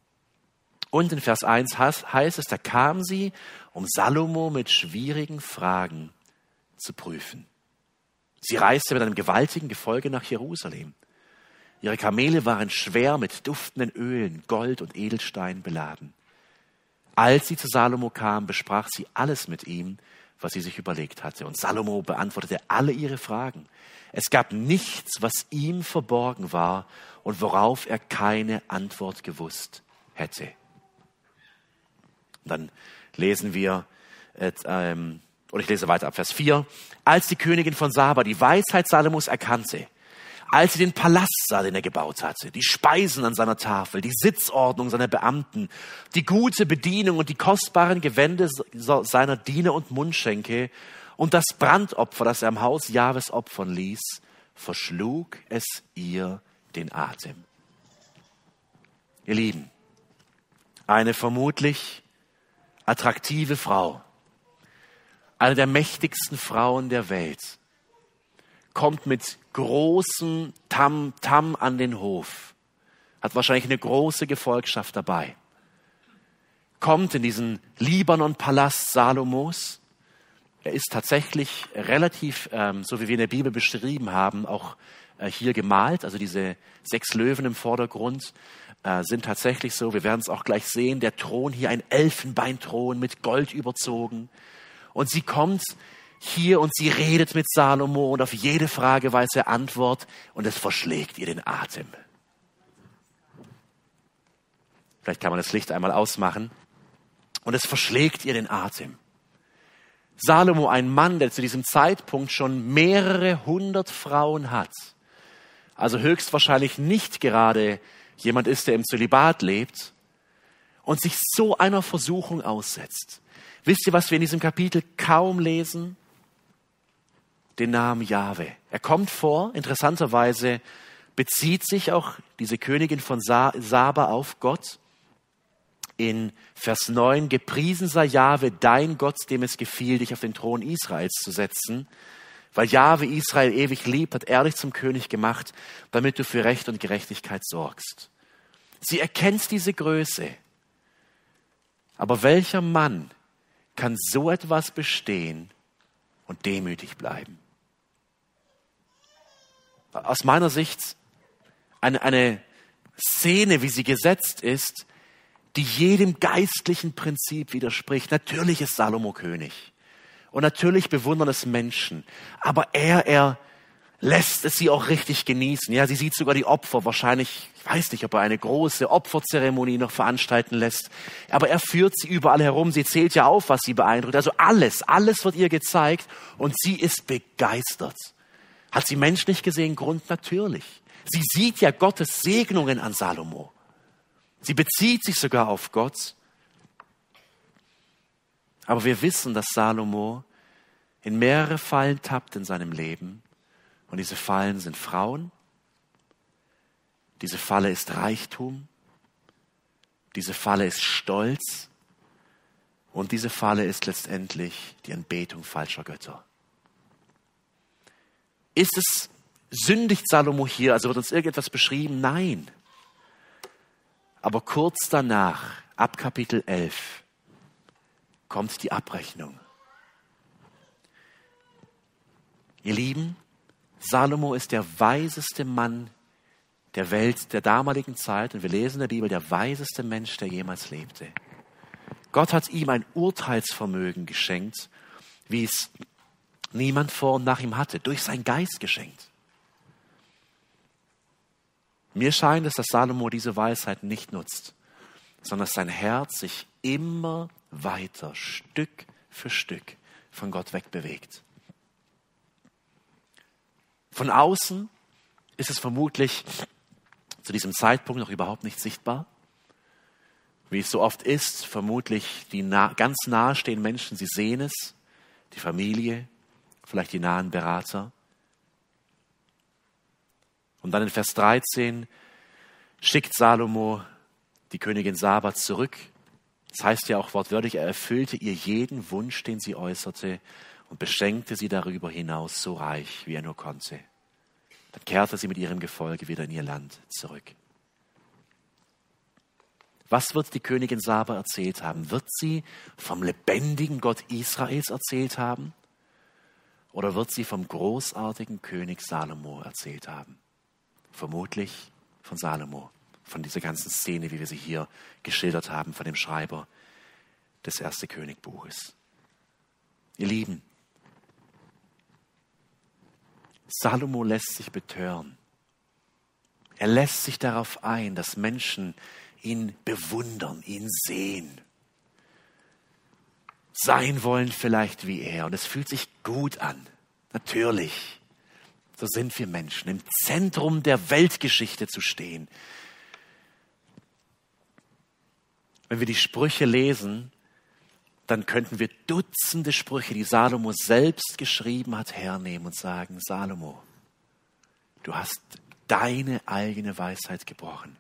Und in Vers eins heißt es, da kam sie, um Salomo mit schwierigen Fragen zu prüfen. Sie reiste mit einem gewaltigen Gefolge nach Jerusalem. Ihre Kamele waren schwer mit duftenden Ölen, Gold und Edelstein beladen. Als sie zu Salomo kam, besprach sie alles mit ihm, was sie sich überlegt hatte. Und Salomo beantwortete alle ihre Fragen. Es gab nichts, was ihm verborgen war und worauf er keine Antwort gewusst hätte. Und dann lesen wir, äh, ähm, oder ich lese weiter ab Vers vier. Als die Königin von Saba die Weisheit Salomos erkannte, als sie den Palast sah, den er gebaut hatte, die Speisen an seiner Tafel, die Sitzordnung seiner Beamten, die gute Bedienung und die kostbaren Gewände seiner Diener und Mundschenke und das Brandopfer, das er im Haus Jahwes opfern ließ, verschlug es ihr den Atem. Ihr Lieben, eine vermutlich attraktive Frau, eine der mächtigsten Frauen der Welt, kommt mit großem Tamtam an den Hof, hat wahrscheinlich eine große Gefolgschaft dabei, kommt in diesen Libanon-Palast Salomos. Er ist tatsächlich relativ, ähm, so wie wir in der Bibel beschrieben haben, auch äh, hier gemalt. Also diese sechs Löwen im Vordergrund äh, sind tatsächlich so, wir werden es auch gleich sehen, der Thron hier ein Elfenbeinthron mit Gold überzogen. Und sie kommt hier und sie redet mit Salomo und auf jede Frage weiß er Antwort und es verschlägt ihr den Atem. Vielleicht kann man das Licht einmal ausmachen. Und es verschlägt ihr den Atem. Salomo, ein Mann, der zu diesem Zeitpunkt schon mehrere hundert Frauen hat, also höchstwahrscheinlich nicht gerade jemand ist, der im Zölibat lebt und sich so einer Versuchung aussetzt. Wisst ihr, was wir in diesem Kapitel kaum lesen? Den Namen Jahwe. Er kommt vor, interessanterweise bezieht sich auch diese Königin von Saba auf Gott. in Vers neun, gepriesen sei Jahwe, dein Gott, dem es gefiel, dich auf den Thron Israels zu setzen. Weil Jahwe Israel ewig liebt, hat er dich zum König gemacht, damit du für Recht und Gerechtigkeit sorgst. Sie erkennt diese Größe. Aber welcher Mann kann so etwas bestehen und demütig bleiben? Aus meiner Sicht eine, eine Szene, wie sie gesetzt ist, die jedem geistlichen Prinzip widerspricht. Natürlich ist Salomo König und natürlich bewundern es Menschen, aber er, er lässt es sie auch richtig genießen. Ja, sie sieht sogar die Opfer. Wahrscheinlich, ich weiß nicht, ob er eine große Opferzeremonie noch veranstalten lässt. Aber er führt sie überall herum. Sie zählt ja auf, was sie beeindruckt. Also alles, alles wird ihr gezeigt und sie ist begeistert. Hat sie menschlich gesehen Grund? Natürlich. Sie sieht ja Gottes Segnungen an Salomo. Sie bezieht sich sogar auf Gott. Aber wir wissen, dass Salomo in mehrere Fallen tappt in seinem Leben. Und diese Fallen sind Frauen. Diese Falle ist Reichtum. Diese Falle ist Stolz. Und diese Falle ist letztendlich die Anbetung falscher Götter. Ist es, sündigt Salomo hier, also wird uns irgendetwas beschrieben? Nein. Aber kurz danach, ab Kapitel elf, kommt die Abrechnung. Ihr Lieben, Salomo ist der weiseste Mann der Welt der damaligen Zeit. Und wir lesen in der Bibel, der weiseste Mensch, der jemals lebte. Gott hat ihm ein Urteilsvermögen geschenkt, wie es niemand vor und nach ihm hatte, durch seinen Geist geschenkt. Mir scheint es, dass Salomo diese Weisheit nicht nutzt, sondern dass sein Herz sich immer weiter, Stück für Stück von Gott wegbewegt. Von außen ist es vermutlich zu diesem Zeitpunkt noch überhaupt nicht sichtbar. Wie es so oft ist, vermutlich die nah, ganz nahestehenden Menschen, sie sehen es, die Familie, vielleicht die nahen Berater. Und dann in Vers dreizehn schickt Salomo die Königin Saba zurück. Das heißt ja auch wortwörtlich, er erfüllte ihr jeden Wunsch, den sie äußerte und beschenkte sie darüber hinaus so reich, wie er nur konnte. Dann kehrte sie mit ihrem Gefolge wieder in ihr Land zurück. Was wird die Königin Saba erzählt haben? Wird sie vom lebendigen Gott Israels erzählt haben? Oder wird sie vom großartigen König Salomo erzählt haben? Vermutlich von Salomo, von dieser ganzen Szene, wie wir sie hier geschildert haben, von dem Schreiber des Erste Königbuches. Ihr Lieben, Salomo lässt sich betören. Er lässt sich darauf ein, dass Menschen ihn bewundern, ihn sehen, sein wollen vielleicht wie er. Und es fühlt sich gut an. Natürlich, so sind wir Menschen, im Zentrum der Weltgeschichte zu stehen. Wenn wir die Sprüche lesen, dann könnten wir Dutzende Sprüche, die Salomo selbst geschrieben hat, hernehmen und sagen, Salomo, du hast deine eigene Weisheit gebrochen.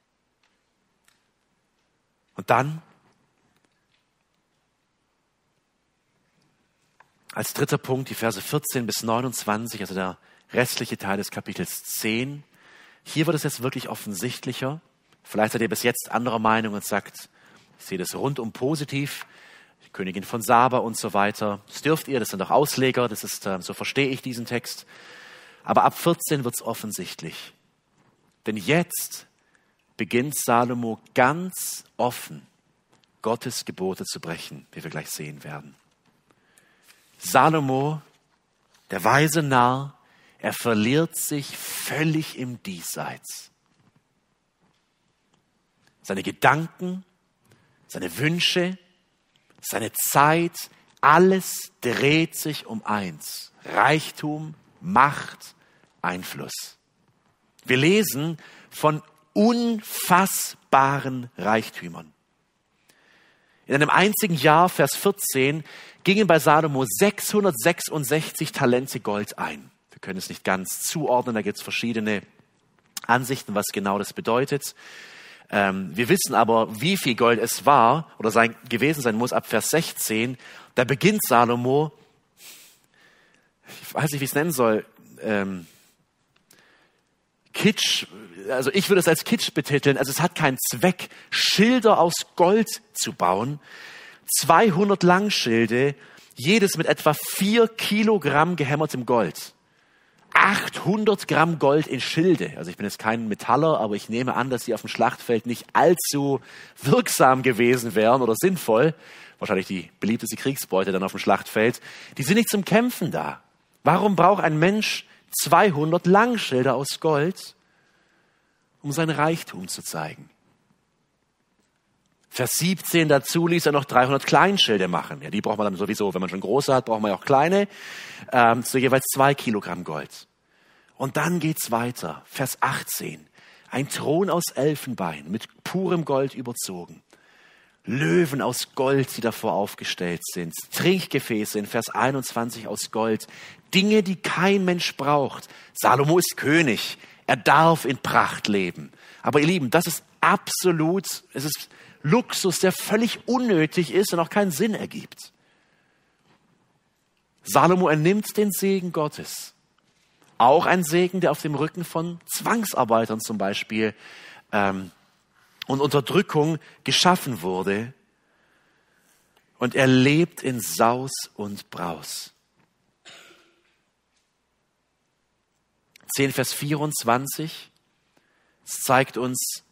Und dann, als dritter Punkt, die Verse vierzehn bis neunundzwanzig, also der restliche Teil des Kapitels zehn. Hier wird es jetzt wirklich offensichtlicher. Vielleicht seid ihr bis jetzt anderer Meinung und sagt, ich sehe das rundum positiv, die Königin von Saba und so weiter. Das dürft ihr, das sind auch Ausleger, das ist, so verstehe ich diesen Text. Aber ab vierzehn wird es offensichtlich. Denn jetzt beginnt Salomo ganz offen, Gottes Gebote zu brechen, wie wir gleich sehen werden. Salomo, der weise Narr, er verliert sich völlig im Diesseits. Seine Gedanken, seine Wünsche, seine Zeit, alles dreht sich um eins: Reichtum, Macht, Einfluss. Wir lesen von unfassbaren Reichtümern. In einem einzigen Jahr, Vers vierzehn, gingen bei Salomo sechshundertsechsundsechzig Talente Gold ein. Wir können es nicht ganz zuordnen, da gibt es verschiedene Ansichten, was genau das bedeutet. Ähm, wir wissen aber, wie viel Gold es war oder sein, gewesen sein muss ab Vers sechzehn. Da beginnt Salomo, ich weiß nicht, wie ich es nennen soll, ähm, Kitsch, also ich würde es als Kitsch betiteln, also es hat keinen Zweck, Schilder aus Gold zu bauen. zweihundert Langschilde, jedes mit etwa vier Kilogramm gehämmertem Gold. achthundert Gramm Gold in Schilde. Also ich bin jetzt kein Metaller, aber ich nehme an, dass sie auf dem Schlachtfeld nicht allzu wirksam gewesen wären oder sinnvoll. Wahrscheinlich die beliebteste Kriegsbeute dann auf dem Schlachtfeld. Die sind nicht zum Kämpfen da. Warum braucht ein Mensch zweihundert Langschilder aus Gold, um sein Reichtum zu zeigen? Vers siebzehn, dazu ließ er noch dreihundert Kleinschilde machen. Ja, die braucht man dann sowieso, wenn man schon große hat, braucht man ja auch kleine, ähm, so jeweils zwei Kilogramm Gold. Und dann geht's weiter. Vers achtzehn, ein Thron aus Elfenbein, mit purem Gold überzogen. Löwen aus Gold, die davor aufgestellt sind. Trinkgefäße in Vers einundzwanzig aus Gold. Dinge, die kein Mensch braucht. Salomo ist König. Er darf in Pracht leben. Aber ihr Lieben, das ist absolut, es ist Luxus, der völlig unnötig ist und auch keinen Sinn ergibt. Salomo ernimmt den Segen Gottes. Auch ein Segen, der auf dem Rücken von Zwangsarbeitern zum Beispiel ähm, und Unterdrückung geschaffen wurde. Und er lebt in Saus und Braus. zehn Vers vierundzwanzig, es zeigt uns,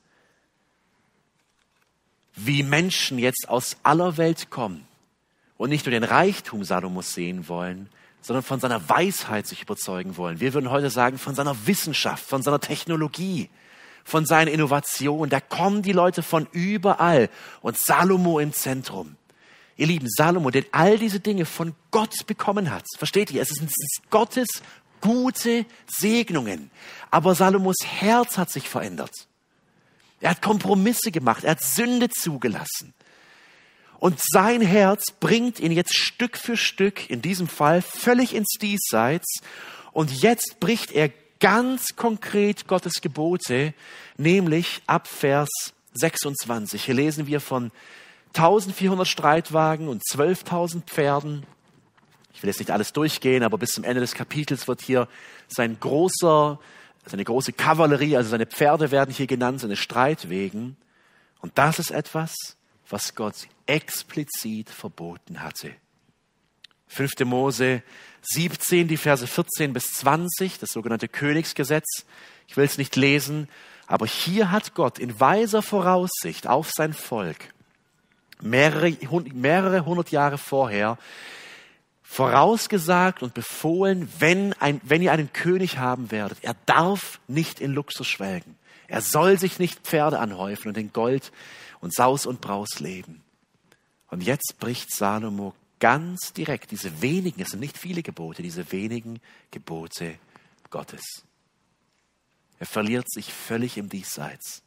wie Menschen jetzt aus aller Welt kommen und nicht nur den Reichtum Salomos sehen wollen, sondern von seiner Weisheit sich überzeugen wollen. Wir würden heute sagen, von seiner Wissenschaft, von seiner Technologie, von seinen Innovationen. Da kommen die Leute von überall und Salomo im Zentrum. Ihr Lieben, Salomo, der all diese Dinge von Gott bekommen hat. Versteht ihr? Es sind Gottes gute Segnungen. Aber Salomos Herz hat sich verändert. Er hat Kompromisse gemacht, er hat Sünde zugelassen. Und sein Herz bringt ihn jetzt Stück für Stück, in diesem Fall völlig ins Diesseits. Und jetzt bricht er ganz konkret Gottes Gebote, nämlich ab Vers sechsundzwanzig. Hier lesen wir von eintausendvierhundert Streitwagen und zwölftausend Pferden. Ich will jetzt nicht alles durchgehen, aber bis zum Ende des Kapitels wird hier sein großer, seine große Kavallerie, also seine Pferde werden hier genannt, seine Streitwegen. Und das ist etwas, was Gott explizit verboten hatte. fünfte Mose siebzehn, die Verse vierzehn bis zwanzig, das sogenannte Königsgesetz. Ich will es nicht lesen, aber hier hat Gott in weiser Voraussicht auf sein Volk mehrere, mehrere hundert Jahre vorher vorausgesagt und befohlen, wenn, ein, wenn ihr einen König haben werdet, er darf nicht in Luxus schwelgen. Er soll sich nicht Pferde anhäufen und in Gold und Saus und Braus leben. Und jetzt bricht Salomo ganz direkt diese wenigen, es sind nicht viele Gebote, diese wenigen Gebote Gottes. Er verliert sich völlig im Diesseits.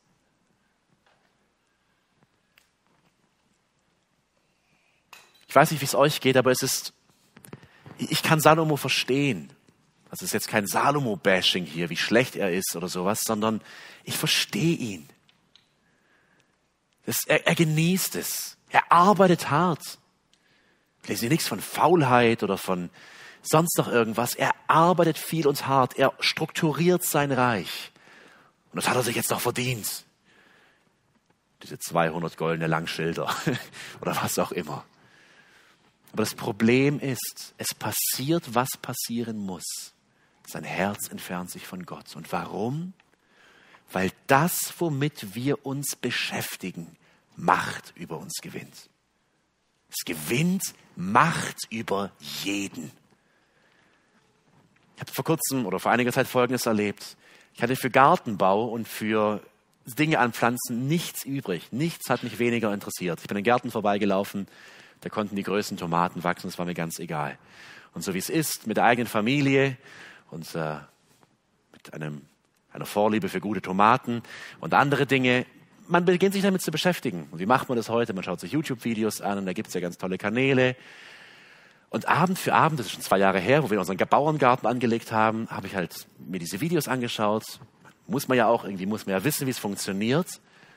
Ich weiß nicht, wie es euch geht, aber es ist, ich kann Salomo verstehen. Das ist jetzt kein Salomo-Bashing hier, wie schlecht er ist oder sowas, sondern ich verstehe ihn. Das, er, er genießt es. Er arbeitet hart. Ich lese hier nichts von Faulheit oder von sonst noch irgendwas. Er arbeitet viel und hart. Er strukturiert sein Reich. Und das hat er sich jetzt noch verdient. Diese zweihundert goldene Langschilder oder was auch immer. Aber das Problem ist, es passiert, was passieren muss. Sein Herz entfernt sich von Gott. Und warum? Weil das, womit wir uns beschäftigen, Macht über uns gewinnt. Es gewinnt Macht über jeden. Ich habe vor kurzem oder vor einiger Zeit Folgendes erlebt. Ich hatte für Gartenbau und für Dinge an Pflanzen nichts übrig. Nichts hat mich weniger interessiert. Ich bin in den Gärten vorbeigelaufen, da konnten die größten Tomaten wachsen, das war mir ganz egal. Und so wie es ist, mit der eigenen Familie und äh, mit einem, einer Vorliebe für gute Tomaten und andere Dinge, man beginnt sich damit zu beschäftigen. Und wie macht man das heute? Man schaut sich YouTube-Videos an und da gibt es ja ganz tolle Kanäle. Und Abend für Abend, das ist schon zwei Jahre her, wo wir unseren Bauerngarten angelegt haben, habe ich halt mir diese Videos angeschaut. Muss man ja auch, irgendwie muss man ja wissen, wie es funktioniert.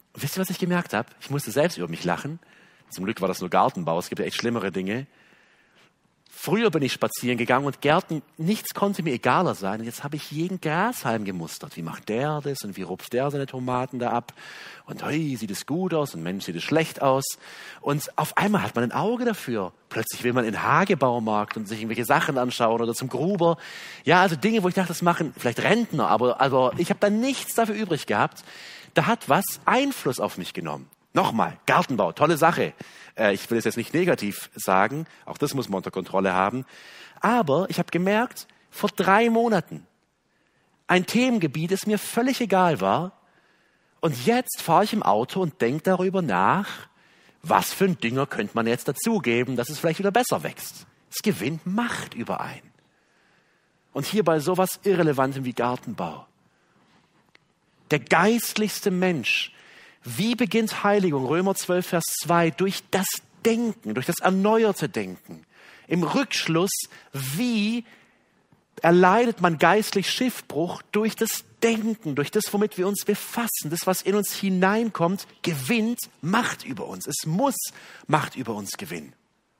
Und wisst ihr, was ich gemerkt habe? Ich musste selbst über mich lachen. Zum Glück war das nur Gartenbau, es gibt ja echt schlimmere Dinge. Früher bin ich spazieren gegangen und Gärten, nichts konnte mir egaler sein. Und jetzt habe ich jeden Grashalm gemustert. Wie macht der das und wie rupft der seine Tomaten da ab? Und hey, sieht es gut aus und Mensch, sieht es schlecht aus. Und auf einmal hat man ein Auge dafür. Plötzlich will man in den Hagebaumarkt und sich irgendwelche Sachen anschauen oder zum Gruber. Ja, also Dinge, wo ich dachte, das machen vielleicht Rentner, aber also ich habe da nichts dafür übrig gehabt. Da hat was Einfluss auf mich genommen. Nochmal, Gartenbau, tolle Sache. Äh, ich will es jetzt nicht negativ sagen, auch das muss man unter Kontrolle haben. Aber ich habe gemerkt, vor drei Monaten, ein Themengebiet, das mir völlig egal war. Und jetzt fahre ich im Auto und denke darüber nach, was für ein Dünger könnte man jetzt dazugeben, dass es vielleicht wieder besser wächst. Es gewinnt Macht überein. Und hier bei sowas Irrelevantem wie Gartenbau. Der geistlichste Mensch, wie beginnt Heiligung? Römer zwölf, Vers zwei, durch das Denken, durch das erneuerte Denken. Im Rückschluss, wie erleidet man geistlich Schiffbruch? Durch das Denken, durch das, womit wir uns befassen. Das, was in uns hineinkommt, gewinnt Macht über uns. Es muss Macht über uns gewinnen.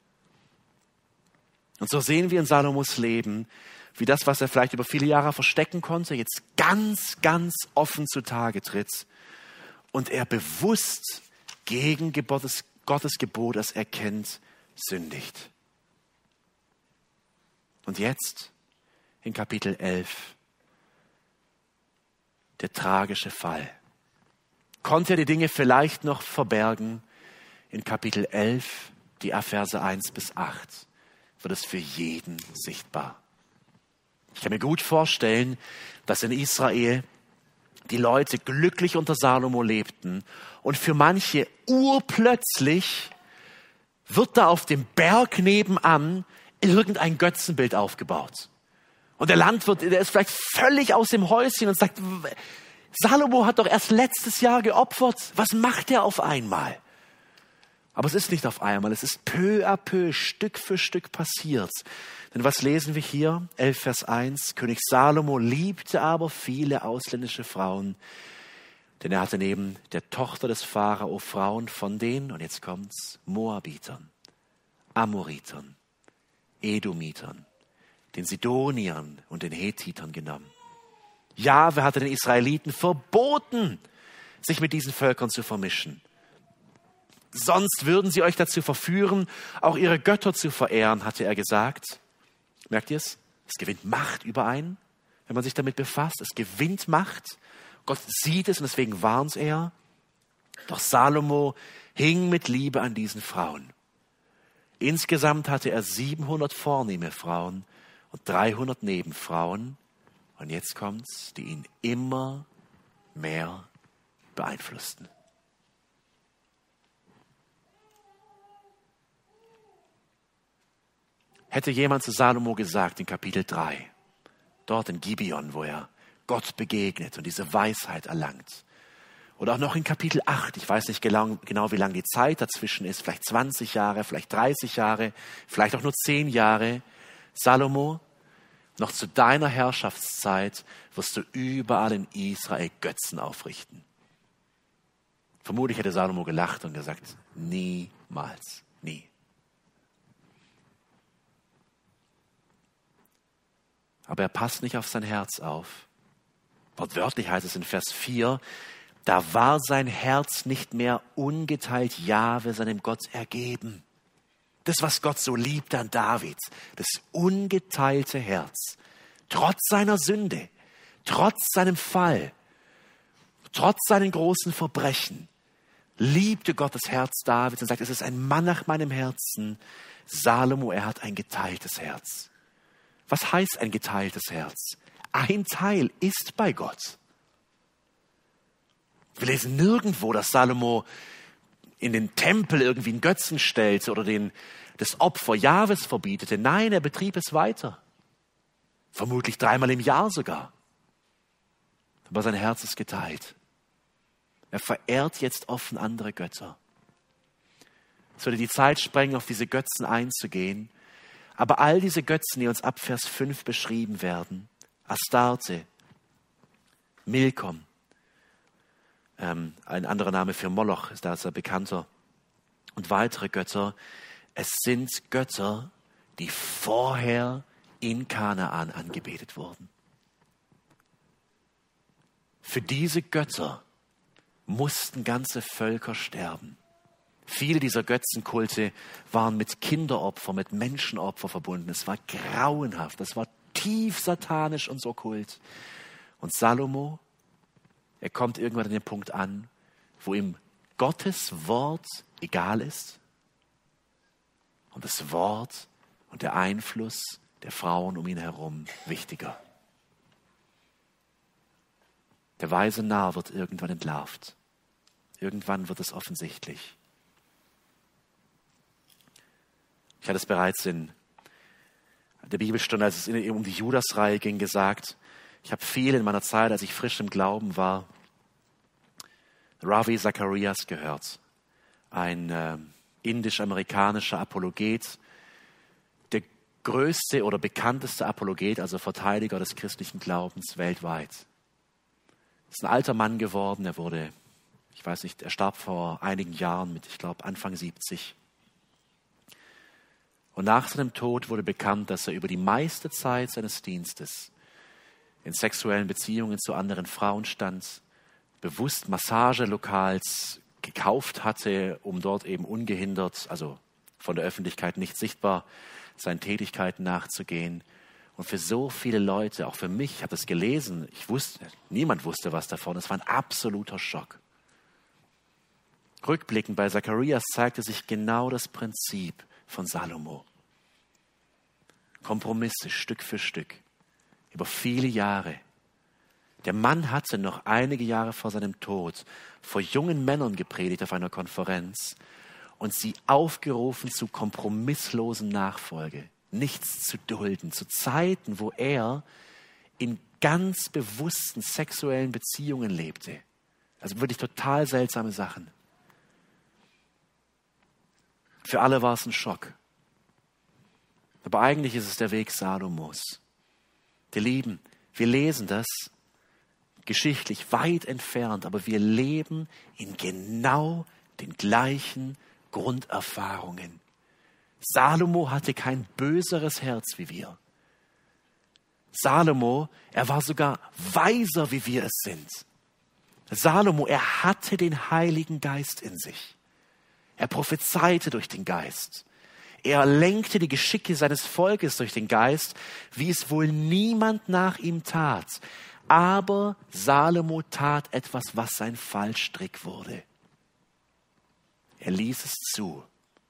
Und so sehen wir in Salomos Leben, wie das, was er vielleicht über viele Jahre verstecken konnte, jetzt ganz, ganz offen zutage tritt. Und er bewusst gegen Gottes, Gottes Gebot, das er kennt, sündigt. Und jetzt in Kapitel elf, der tragische Fall. Konnte er die Dinge vielleicht noch verbergen? In Kapitel elf, die Verse eins bis acht, wird es für jeden sichtbar. Ich kann mir gut vorstellen, dass in Israel die Leute glücklich unter Salomo lebten und für manche urplötzlich wird da auf dem Berg nebenan irgendein Götzenbild aufgebaut. Und der Landwirt, der ist vielleicht völlig aus dem Häuschen und sagt, Salomo hat doch erst letztes Jahr geopfert. Was macht er auf einmal? Aber es ist nicht auf einmal, es ist peu à peu, Stück für Stück passiert. Denn was lesen wir hier? elf Vers eins. König Salomo liebte aber viele ausländische Frauen, denn er hatte neben der Tochter des Pharao Frauen von den, und jetzt kommt's, Moabitern, Amoritern, Edomitern, den Sidoniern und den Hethitern genommen. Jahwe hatte den Israeliten verboten, sich mit diesen Völkern zu vermischen. Sonst würden sie euch dazu verführen, auch ihre Götter zu verehren, hatte er gesagt. Merkt ihr es? Es gewinnt Macht überein, wenn man sich damit befasst. Es gewinnt Macht. Gott sieht es und deswegen warnt er. Doch Salomo hing mit Liebe an diesen Frauen. Insgesamt hatte er siebenhundert vornehme Frauen und dreihundert Nebenfrauen. Und jetzt kommt's, die ihn immer mehr beeinflussten. Hätte jemand zu Salomo gesagt in Kapitel drei, dort in Gibeon, wo er Gott begegnet und diese Weisheit erlangt, oder auch noch in Kapitel acht, ich weiß nicht genau, genau wie lange die Zeit dazwischen ist, vielleicht zwanzig Jahre, vielleicht dreißig Jahre, vielleicht auch nur zehn Jahre, Salomo, noch zu deiner Herrschaftszeit wirst du überall in Israel Götzen aufrichten. Vermutlich hätte Salomo gelacht und gesagt, niemals, nie. Aber er passt nicht auf sein Herz auf. Wortwörtlich heißt es in Vers vier, da war sein Herz nicht mehr ungeteilt Jahwe, seinem Gott, ergeben. Das, was Gott so liebte an David, das ungeteilte Herz, trotz seiner Sünde, trotz seinem Fall, trotz seinen großen Verbrechen, liebte Gott das Herz Davids und sagt, es ist ein Mann nach meinem Herzen. Salomo, er hat ein geteiltes Herz. Was heißt ein geteiltes Herz? Ein Teil ist bei Gott. Wir lesen nirgendwo, dass Salomo in den Tempel irgendwie einen Götzen stellte oder den, das Opfer Jahwes verbietete. Nein, er betrieb es weiter. Vermutlich dreimal im Jahr sogar. Aber sein Herz ist geteilt. Er verehrt jetzt offen andere Götter. Es würde die Zeit sprengen, auf diese Götzen einzugehen. Aber all diese Götzen, die uns ab Vers fünf beschrieben werden, Astarte, Milkom, Ähm, ein anderer Name für Moloch ist da sehr bekannter. Und weitere Götter. Es sind Götter, die vorher in Kanaan angebetet wurden. Für diese Götter mussten ganze Völker sterben. Viele dieser Götzenkulte waren mit Kinderopfer, mit Menschenopfer verbunden. Es war grauenhaft, es war tief satanisch und okkult. Und Salomo, er kommt irgendwann an den Punkt an, wo ihm Gottes Wort egal ist und das Wort und der Einfluss der Frauen um ihn herum wichtiger. Der weise Narr wird irgendwann entlarvt. Irgendwann wird es offensichtlich. Ich hatte es bereits in der Bibelstunde, als es um die Judas-Reihe ging, gesagt. Ich habe viel in meiner Zeit, als ich frisch im Glauben war, Ravi Zacharias gehört. Ein äh, indisch-amerikanischer Apologet, der größte oder bekannteste Apologet, also Verteidiger des christlichen Glaubens weltweit. Ist ein alter Mann geworden, er wurde, ich weiß nicht, er starb vor einigen Jahren mit, ich glaube, Anfang siebzig. Und nach seinem Tod wurde bekannt, dass er über die meiste Zeit seines Dienstes in sexuellen Beziehungen zu anderen Frauen stand, bewusst Massagelokals gekauft hatte, um dort eben ungehindert, also von der Öffentlichkeit nicht sichtbar, seinen Tätigkeiten nachzugehen. Und für so viele Leute, auch für mich, ich habe das gelesen, ich wusste, niemand wusste was davon, es war ein absoluter Schock. Rückblickend bei Zacharias zeigte sich genau das Prinzip von Salomo. Kompromisse Stück für Stück, über viele Jahre. Der Mann hatte noch einige Jahre vor seinem Tod vor jungen Männern gepredigt auf einer Konferenz und sie aufgerufen zu kompromisslosen Nachfolge, nichts zu dulden, zu Zeiten, wo er in ganz bewussten sexuellen Beziehungen lebte. Also wirklich total seltsame Sachen. Für alle war es ein Schock. Aber eigentlich ist es der Weg Salomos. Die Lieben, wir lesen das geschichtlich weit entfernt, aber wir leben in genau den gleichen Grunderfahrungen. Salomo hatte kein böseres Herz wie wir. Salomo, er war sogar weiser, wie wir es sind. Salomo, er hatte den Heiligen Geist in sich. Er prophezeite durch den Geist. Er lenkte die Geschicke seines Volkes durch den Geist, wie es wohl niemand nach ihm tat. Aber Salomo tat etwas, was sein Fallstrick wurde. Er ließ es zu,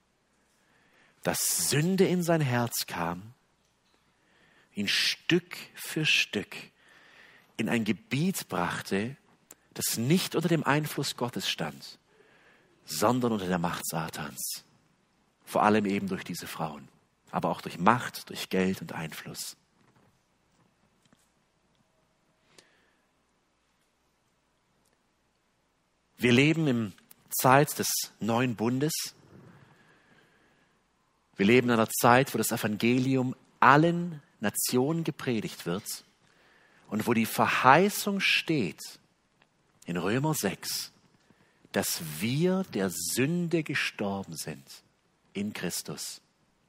dass Sünde in sein Herz kam, ihn Stück für Stück in ein Gebiet brachte, das nicht unter dem Einfluss Gottes stand, sondern unter der Macht Satans. Vor allem eben durch diese Frauen, aber auch durch Macht, durch Geld und Einfluss. Wir leben in Zeit des neuen Bundes. Wir leben in einer Zeit, wo das Evangelium allen Nationen gepredigt wird und wo die Verheißung steht in Römer sechs, dass wir der Sünde gestorben sind in Christus.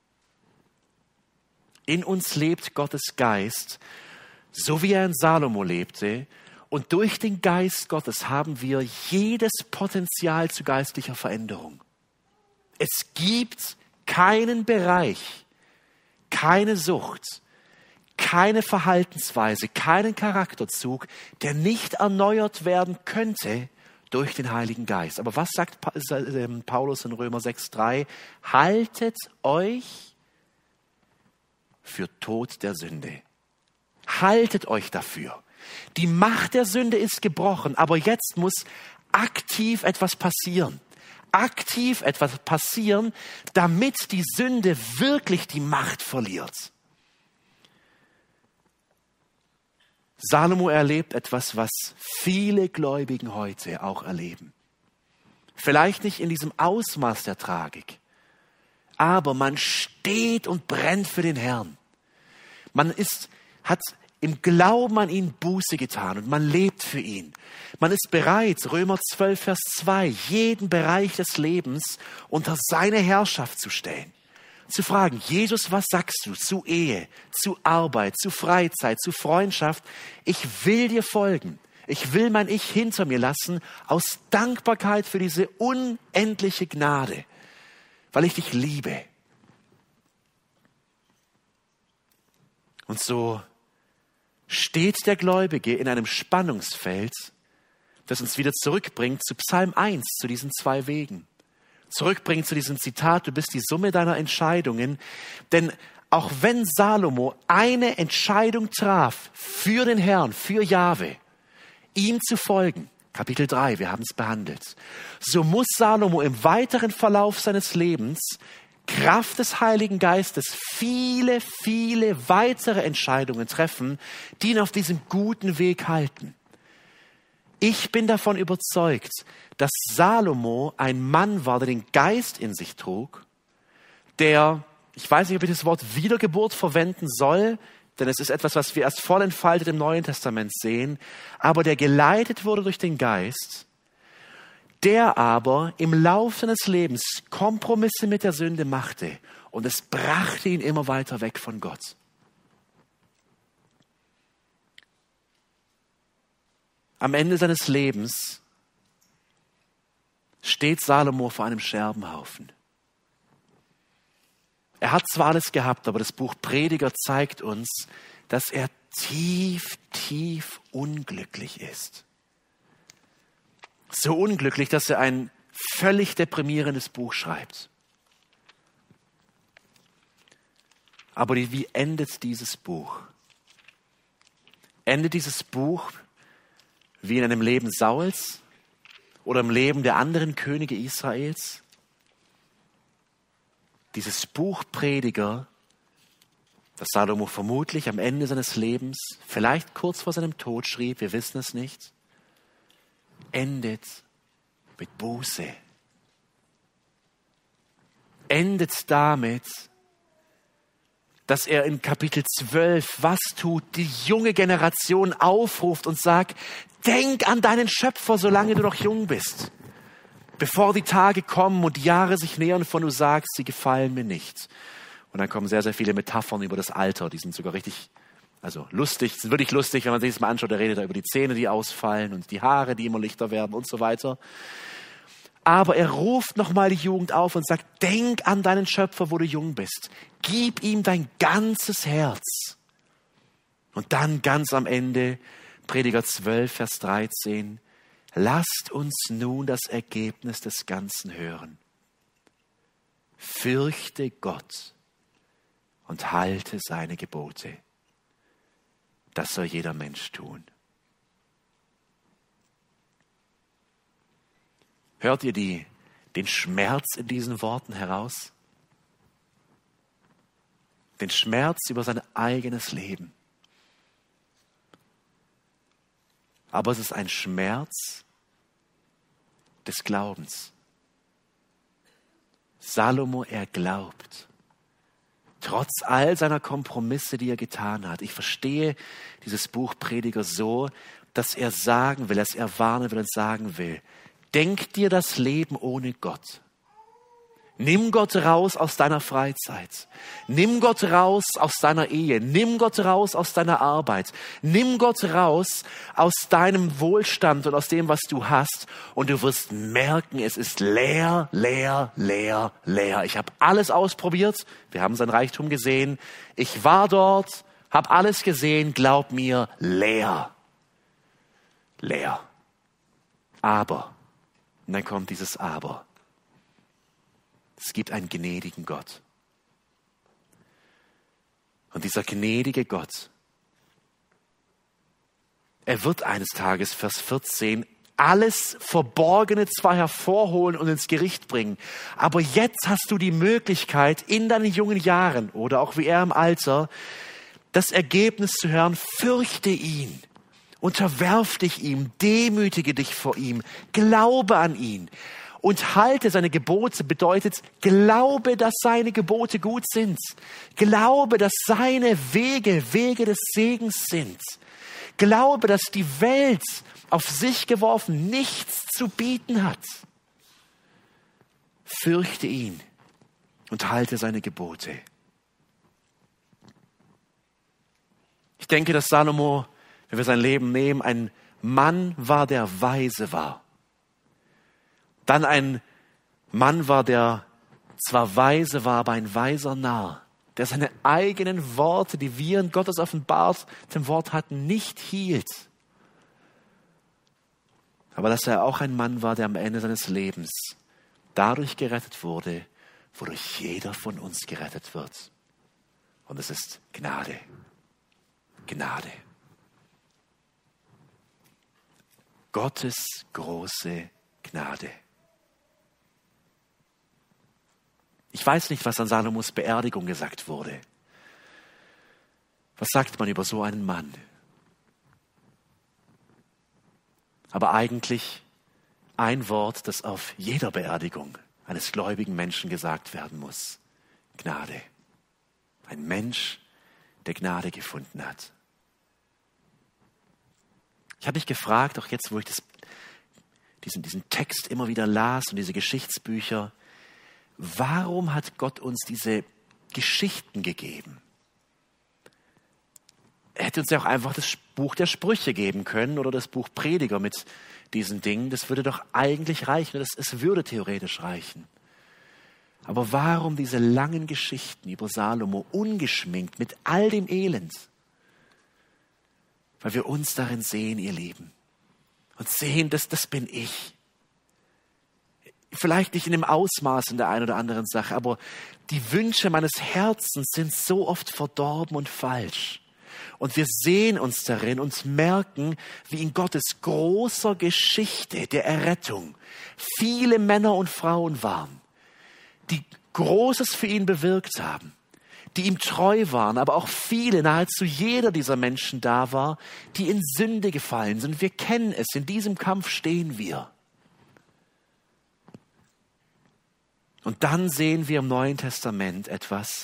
In uns lebt Gottes Geist, so wie er in Salomo lebte. Und durch den Geist Gottes haben wir jedes Potenzial zu geistlicher Veränderung. Es gibt keinen Bereich, keine Sucht, keine Verhaltensweise, keinen Charakterzug, der nicht erneuert werden könnte durch den Heiligen Geist. Aber was sagt Paulus in Römer sechs drei? Haltet euch für Tod der Sünde. Haltet euch dafür. Die Macht der Sünde ist gebrochen, aber jetzt muss aktiv etwas passieren. Aktiv etwas passieren, damit die Sünde wirklich die Macht verliert. Salomo erlebt etwas, was viele Gläubigen heute auch erleben. Vielleicht nicht in diesem Ausmaß der Tragik, aber man steht und brennt für den Herrn. Man ist, hat im Glauben an ihn Buße getan und man lebt für ihn. Man ist bereit, Römer zwölf, Vers zwei, jeden Bereich des Lebens unter seine Herrschaft zu stellen. Zu fragen, Jesus, was sagst du zu Ehe, zu Arbeit, zu Freizeit, zu Freundschaft? Ich will dir folgen. Ich will mein Ich hinter mir lassen aus Dankbarkeit für diese unendliche Gnade, weil ich dich liebe. Und so steht der Gläubige in einem Spannungsfeld, das uns wieder zurückbringt zu Psalm eins, zu diesen zwei Wegen. Zurückbringt zu diesem Zitat, du bist die Summe deiner Entscheidungen. Denn auch wenn Salomo eine Entscheidung traf für den Herrn, für Jahwe, ihm zu folgen, Kapitel drei, wir haben es behandelt, so muss Salomo im weiteren Verlauf seines Lebens Kraft des Heiligen Geistes viele, viele weitere Entscheidungen treffen, die ihn auf diesem guten Weg halten. Ich bin davon überzeugt, dass Salomo ein Mann war, der den Geist in sich trug, der, ich weiß nicht, ob ich das Wort Wiedergeburt verwenden soll, denn es ist etwas, was wir erst voll entfaltet im Neuen Testament sehen, aber der geleitet wurde durch den Geist, der aber im Laufe seines Lebens Kompromisse mit der Sünde machte und es brachte ihn immer weiter weg von Gott. Am Ende seines Lebens steht Salomo vor einem Scherbenhaufen. Er hat zwar alles gehabt, aber das Buch Prediger zeigt uns, dass er tief, tief unglücklich ist. So unglücklich, dass er ein völlig deprimierendes Buch schreibt. Aber wie endet dieses Buch? Endet dieses Buch wie in einem Leben Sauls oder im Leben der anderen Könige Israels? Dieses Buch Prediger, das Salomo vermutlich am Ende seines Lebens, vielleicht kurz vor seinem Tod schrieb, wir wissen es nicht, endet mit Buße. Endet damit, dass er in Kapitel zwölf was tut, die junge Generation aufruft und sagt, denk an deinen Schöpfer, solange du noch jung bist. Bevor die Tage kommen und die Jahre sich nähern, von du sagst, sie gefallen mir nicht. Und dann kommen sehr, sehr viele Metaphern über das Alter. Die sind sogar richtig, also lustig, sind wirklich lustig, wenn man sich das mal anschaut. Er redet da über die Zähne, die ausfallen und die Haare, die immer lichter werden und so weiter. Aber er ruft nochmal die Jugend auf und sagt, denk an deinen Schöpfer, wo du jung bist. Gib ihm dein ganzes Herz. Und dann ganz am Ende, Prediger zwölf, Vers dreizehn, lasst uns nun das Ergebnis des Ganzen hören. Fürchte Gott und halte seine Gebote. Das soll jeder Mensch tun. Hört ihr die, den Schmerz in diesen Worten heraus? Den Schmerz über sein eigenes Leben. Aber es ist ein Schmerz des Glaubens. Salomo, er glaubt. Trotz all seiner Kompromisse, die er getan hat. Ich verstehe dieses Buch Prediger so, dass er sagen will, dass er warnen will und sagen will, denk dir das Leben ohne Gott. Nimm Gott raus aus deiner Freizeit. Nimm Gott raus aus deiner Ehe. Nimm Gott raus aus deiner Arbeit. Nimm Gott raus aus deinem Wohlstand und aus dem, was du hast. Und du wirst merken, es ist leer, leer, leer, leer. Ich habe alles ausprobiert. Wir haben sein Reichtum gesehen. Ich war dort, habe alles gesehen. Glaub mir, leer. Leer. Aber, und dann kommt dieses Aber. Es gibt einen gnädigen Gott. Und dieser gnädige Gott, er wird eines Tages, Vers vierzehn, alles Verborgene zwar hervorholen und ins Gericht bringen, aber jetzt hast du die Möglichkeit, in deinen jungen Jahren oder auch wie er im Alter, das Ergebnis zu hören, fürchte ihn, unterwerf dich ihm, demütige dich vor ihm, glaube an ihn. und halte seine Gebote bedeutet, glaube, dass seine Gebote gut sind. Glaube, dass seine Wege Wege des Segens sind. Glaube, dass die Welt auf sich geworfen nichts zu bieten hat. Fürchte ihn und halte seine Gebote. Ich denke, dass Salomo, wenn wir sein Leben nehmen, ein Mann war, der weise war. Dann ein Mann war, der zwar weise war, aber ein weiser Narr, der seine eigenen Worte, die wir in Gottes offenbartem Wort hatten, nicht hielt. Aber dass er auch ein Mann war, der am Ende seines Lebens dadurch gerettet wurde, wodurch jeder von uns gerettet wird. Und es ist Gnade. Gnade. Gottes große Gnade. Ich weiß nicht, was an Salomos Beerdigung gesagt wurde. Was sagt man über so einen Mann? Aber eigentlich ein Wort, das auf jeder Beerdigung eines gläubigen Menschen gesagt werden muss. Gnade. Ein Mensch, der Gnade gefunden hat. Ich habe mich gefragt, auch jetzt, wo ich das, diesen, diesen Text immer wieder las und diese Geschichtsbücher, warum hat Gott uns diese Geschichten gegeben? Er hätte uns ja auch einfach das Buch der Sprüche geben können oder das Buch Prediger mit diesen Dingen. Das würde doch eigentlich reichen. Das, es würde theoretisch reichen. Aber warum diese langen Geschichten über Salomo, ungeschminkt, mit all dem Elend? Weil wir uns darin sehen, ihr Lieben. Und sehen, dass das bin ich. Vielleicht nicht in dem Ausmaß in der einen oder anderen Sache, aber die Wünsche meines Herzens sind so oft verdorben und falsch. Und wir sehen uns darin und merken, wie in Gottes großer Geschichte der Errettung viele Männer und Frauen waren, die Großes für ihn bewirkt haben, die ihm treu waren, aber auch viele, nahezu jeder dieser Menschen da war, die in Sünde gefallen sind. Wir kennen es, in diesem Kampf stehen wir. Und dann sehen wir im Neuen Testament etwas,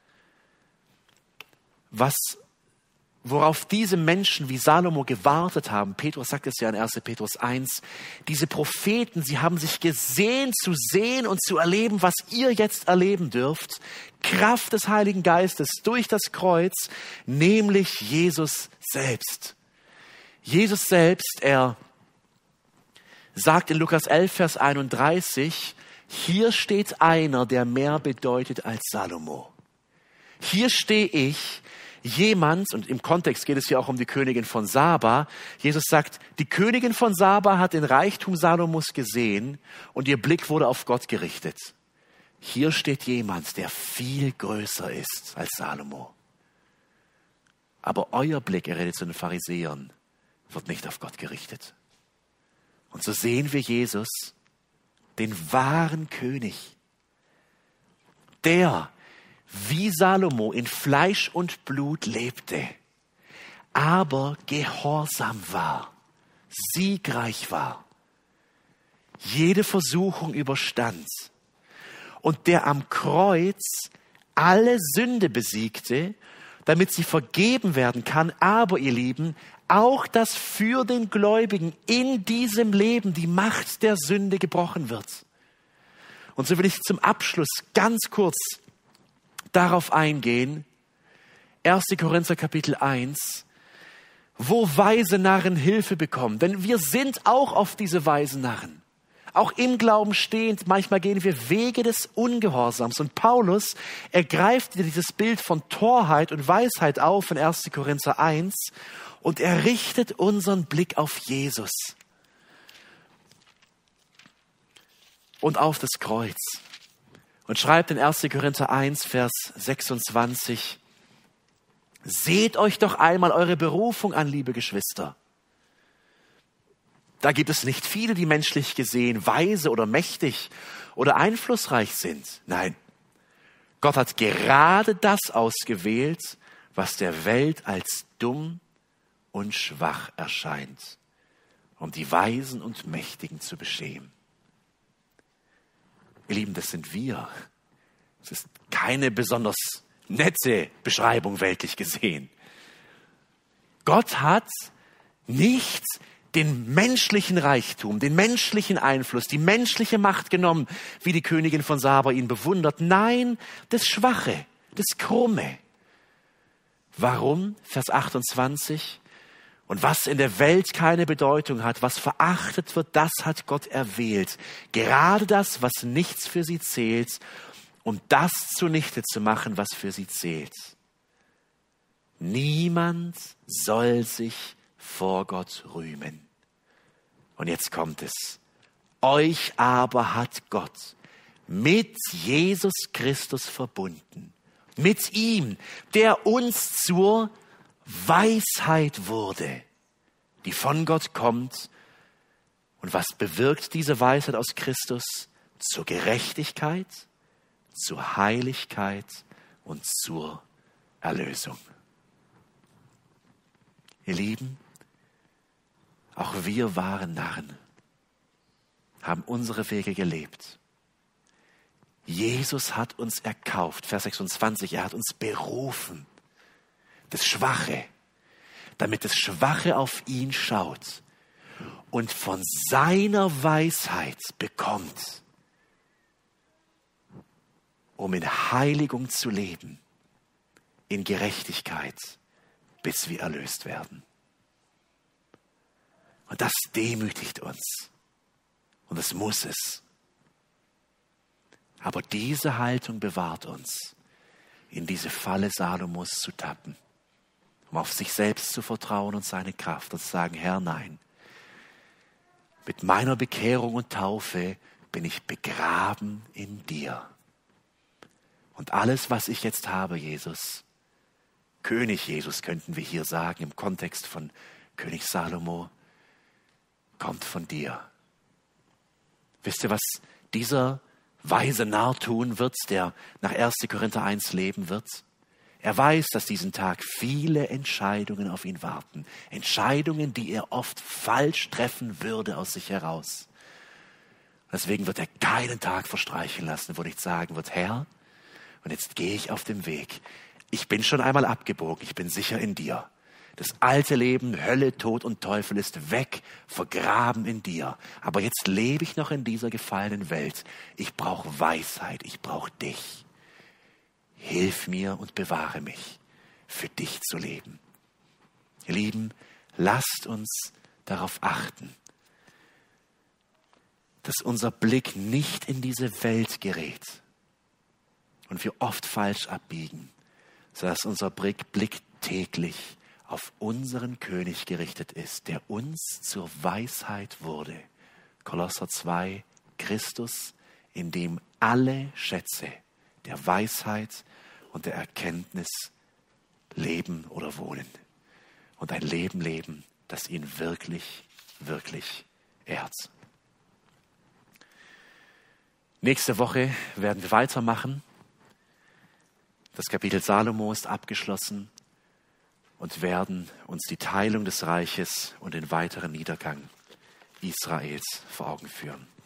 was, worauf diese Menschen wie Salomo gewartet haben. Petrus sagt es ja in erster Petrus eins. Diese Propheten, sie haben sich gesehen zu sehen und zu erleben, was ihr jetzt erleben dürft. Kraft des Heiligen Geistes durch das Kreuz, nämlich Jesus selbst. Jesus selbst, er sagt in Lukas elf, Vers einunddreißig, hier steht einer, der mehr bedeutet als Salomo. Hier stehe ich, jemand, und im Kontext geht es hier auch um die Königin von Saba. Jesus sagt, die Königin von Saba hat den Reichtum Salomos gesehen und ihr Blick wurde auf Gott gerichtet. Hier steht jemand, der viel größer ist als Salomo. Aber euer Blick, er redet zu den Pharisäern, wird nicht auf Gott gerichtet. Und so sehen wir Jesus, den wahren König, der wie Salomo in Fleisch und Blut lebte, aber gehorsam war, siegreich war, jede Versuchung überstand und der am Kreuz alle Sünde besiegte, damit sie vergeben werden kann, aber ihr Lieben, auch dass für den Gläubigen in diesem Leben die Macht der Sünde gebrochen wird. Und so will ich zum Abschluss ganz kurz darauf eingehen, erster Korinther Kapitel eins, wo weise Narren Hilfe bekommen. Denn wir sind auch oft diese weisen Narren. Auch im Glauben stehend, manchmal gehen wir Wege des Ungehorsams. Und Paulus, er greift dieses Bild von Torheit und Weisheit auf in erster Korinther eins und er richtet unseren Blick auf Jesus und auf das Kreuz. Und schreibt in erster Korinther eins, Vers sechsundzwanzig, seht euch doch einmal eure Berufung an, liebe Geschwister. Da gibt es nicht viele, die menschlich gesehen weise oder mächtig oder einflussreich sind. Nein, Gott hat gerade das ausgewählt, was der Welt als dumm und schwach erscheint, um die Weisen und Mächtigen zu beschämen. Ihr Lieben, das sind wir. Es ist keine besonders nette Beschreibung weltlich gesehen. Gott hat nicht den menschlichen Reichtum, den menschlichen Einfluss, die menschliche Macht genommen, wie die Königin von Saba ihn bewundert. Nein, das Schwache, das Krumme. Warum? Vers achtundzwanzig. Und was in der Welt keine Bedeutung hat, was verachtet wird, das hat Gott erwählt. Gerade das, was nichts für sie zählt, um das zunichte zu machen, was für sie zählt. Niemand soll sich vor Gott rühmen. Und jetzt kommt es. Euch aber hat Gott mit Jesus Christus verbunden. Mit ihm, der uns zur Weisheit wurde, die von Gott kommt. Und was bewirkt diese Weisheit aus Christus? Zur Gerechtigkeit, zur Heiligkeit und zur Erlösung. Ihr Lieben, auch wir waren Narren, haben unsere Wege gelebt. Jesus hat uns erkauft, Vers sechsundzwanzig, er hat uns berufen, das Schwache, damit das Schwache auf ihn schaut und von seiner Weisheit bekommt, um in Heiligung zu leben, in Gerechtigkeit, bis wir erlöst werden. Und das demütigt uns. Und das muss es. Aber diese Haltung bewahrt uns, in diese Falle Salomos zu tappen, um auf sich selbst zu vertrauen und seine Kraft und zu sagen, Herr, nein, mit meiner Bekehrung und Taufe bin ich begraben in dir. Und alles, was ich jetzt habe, Jesus, König Jesus könnten wir hier sagen, im Kontext von König Salomo, kommt von dir. Wisst ihr, was dieser weise Narr tun wird, der nach erster Korinther eins leben wird? Er weiß, dass diesen Tag viele Entscheidungen auf ihn warten. Entscheidungen, die er oft falsch treffen würde aus sich heraus. Deswegen wird er keinen Tag verstreichen lassen, wo nicht sagen wird, Herr, und jetzt gehe ich auf dem Weg. Ich bin schon einmal abgebogen, ich bin sicher in dir. Das alte Leben, Hölle, Tod und Teufel ist weg, vergraben in dir. Aber jetzt lebe ich noch in dieser gefallenen Welt. Ich brauche Weisheit, ich brauche dich. Hilf mir und bewahre mich, für dich zu leben. Ihr Lieben, lasst uns darauf achten, dass unser Blick nicht in diese Welt gerät und wir oft falsch abbiegen, sondern dass unser Blick, Blick täglich auf unseren König gerichtet ist, der uns zur Weisheit wurde. Kolosser zwei, Christus, in dem alle Schätze der Weisheit und der Erkenntnis leben oder wohnen. Und ein Leben leben, das ihn wirklich, wirklich ehrt. Nächste Woche werden wir weitermachen. Das Kapitel Salomo ist abgeschlossen und werden uns die Teilung des Reiches und den weiteren Niedergang Israels vor Augen führen.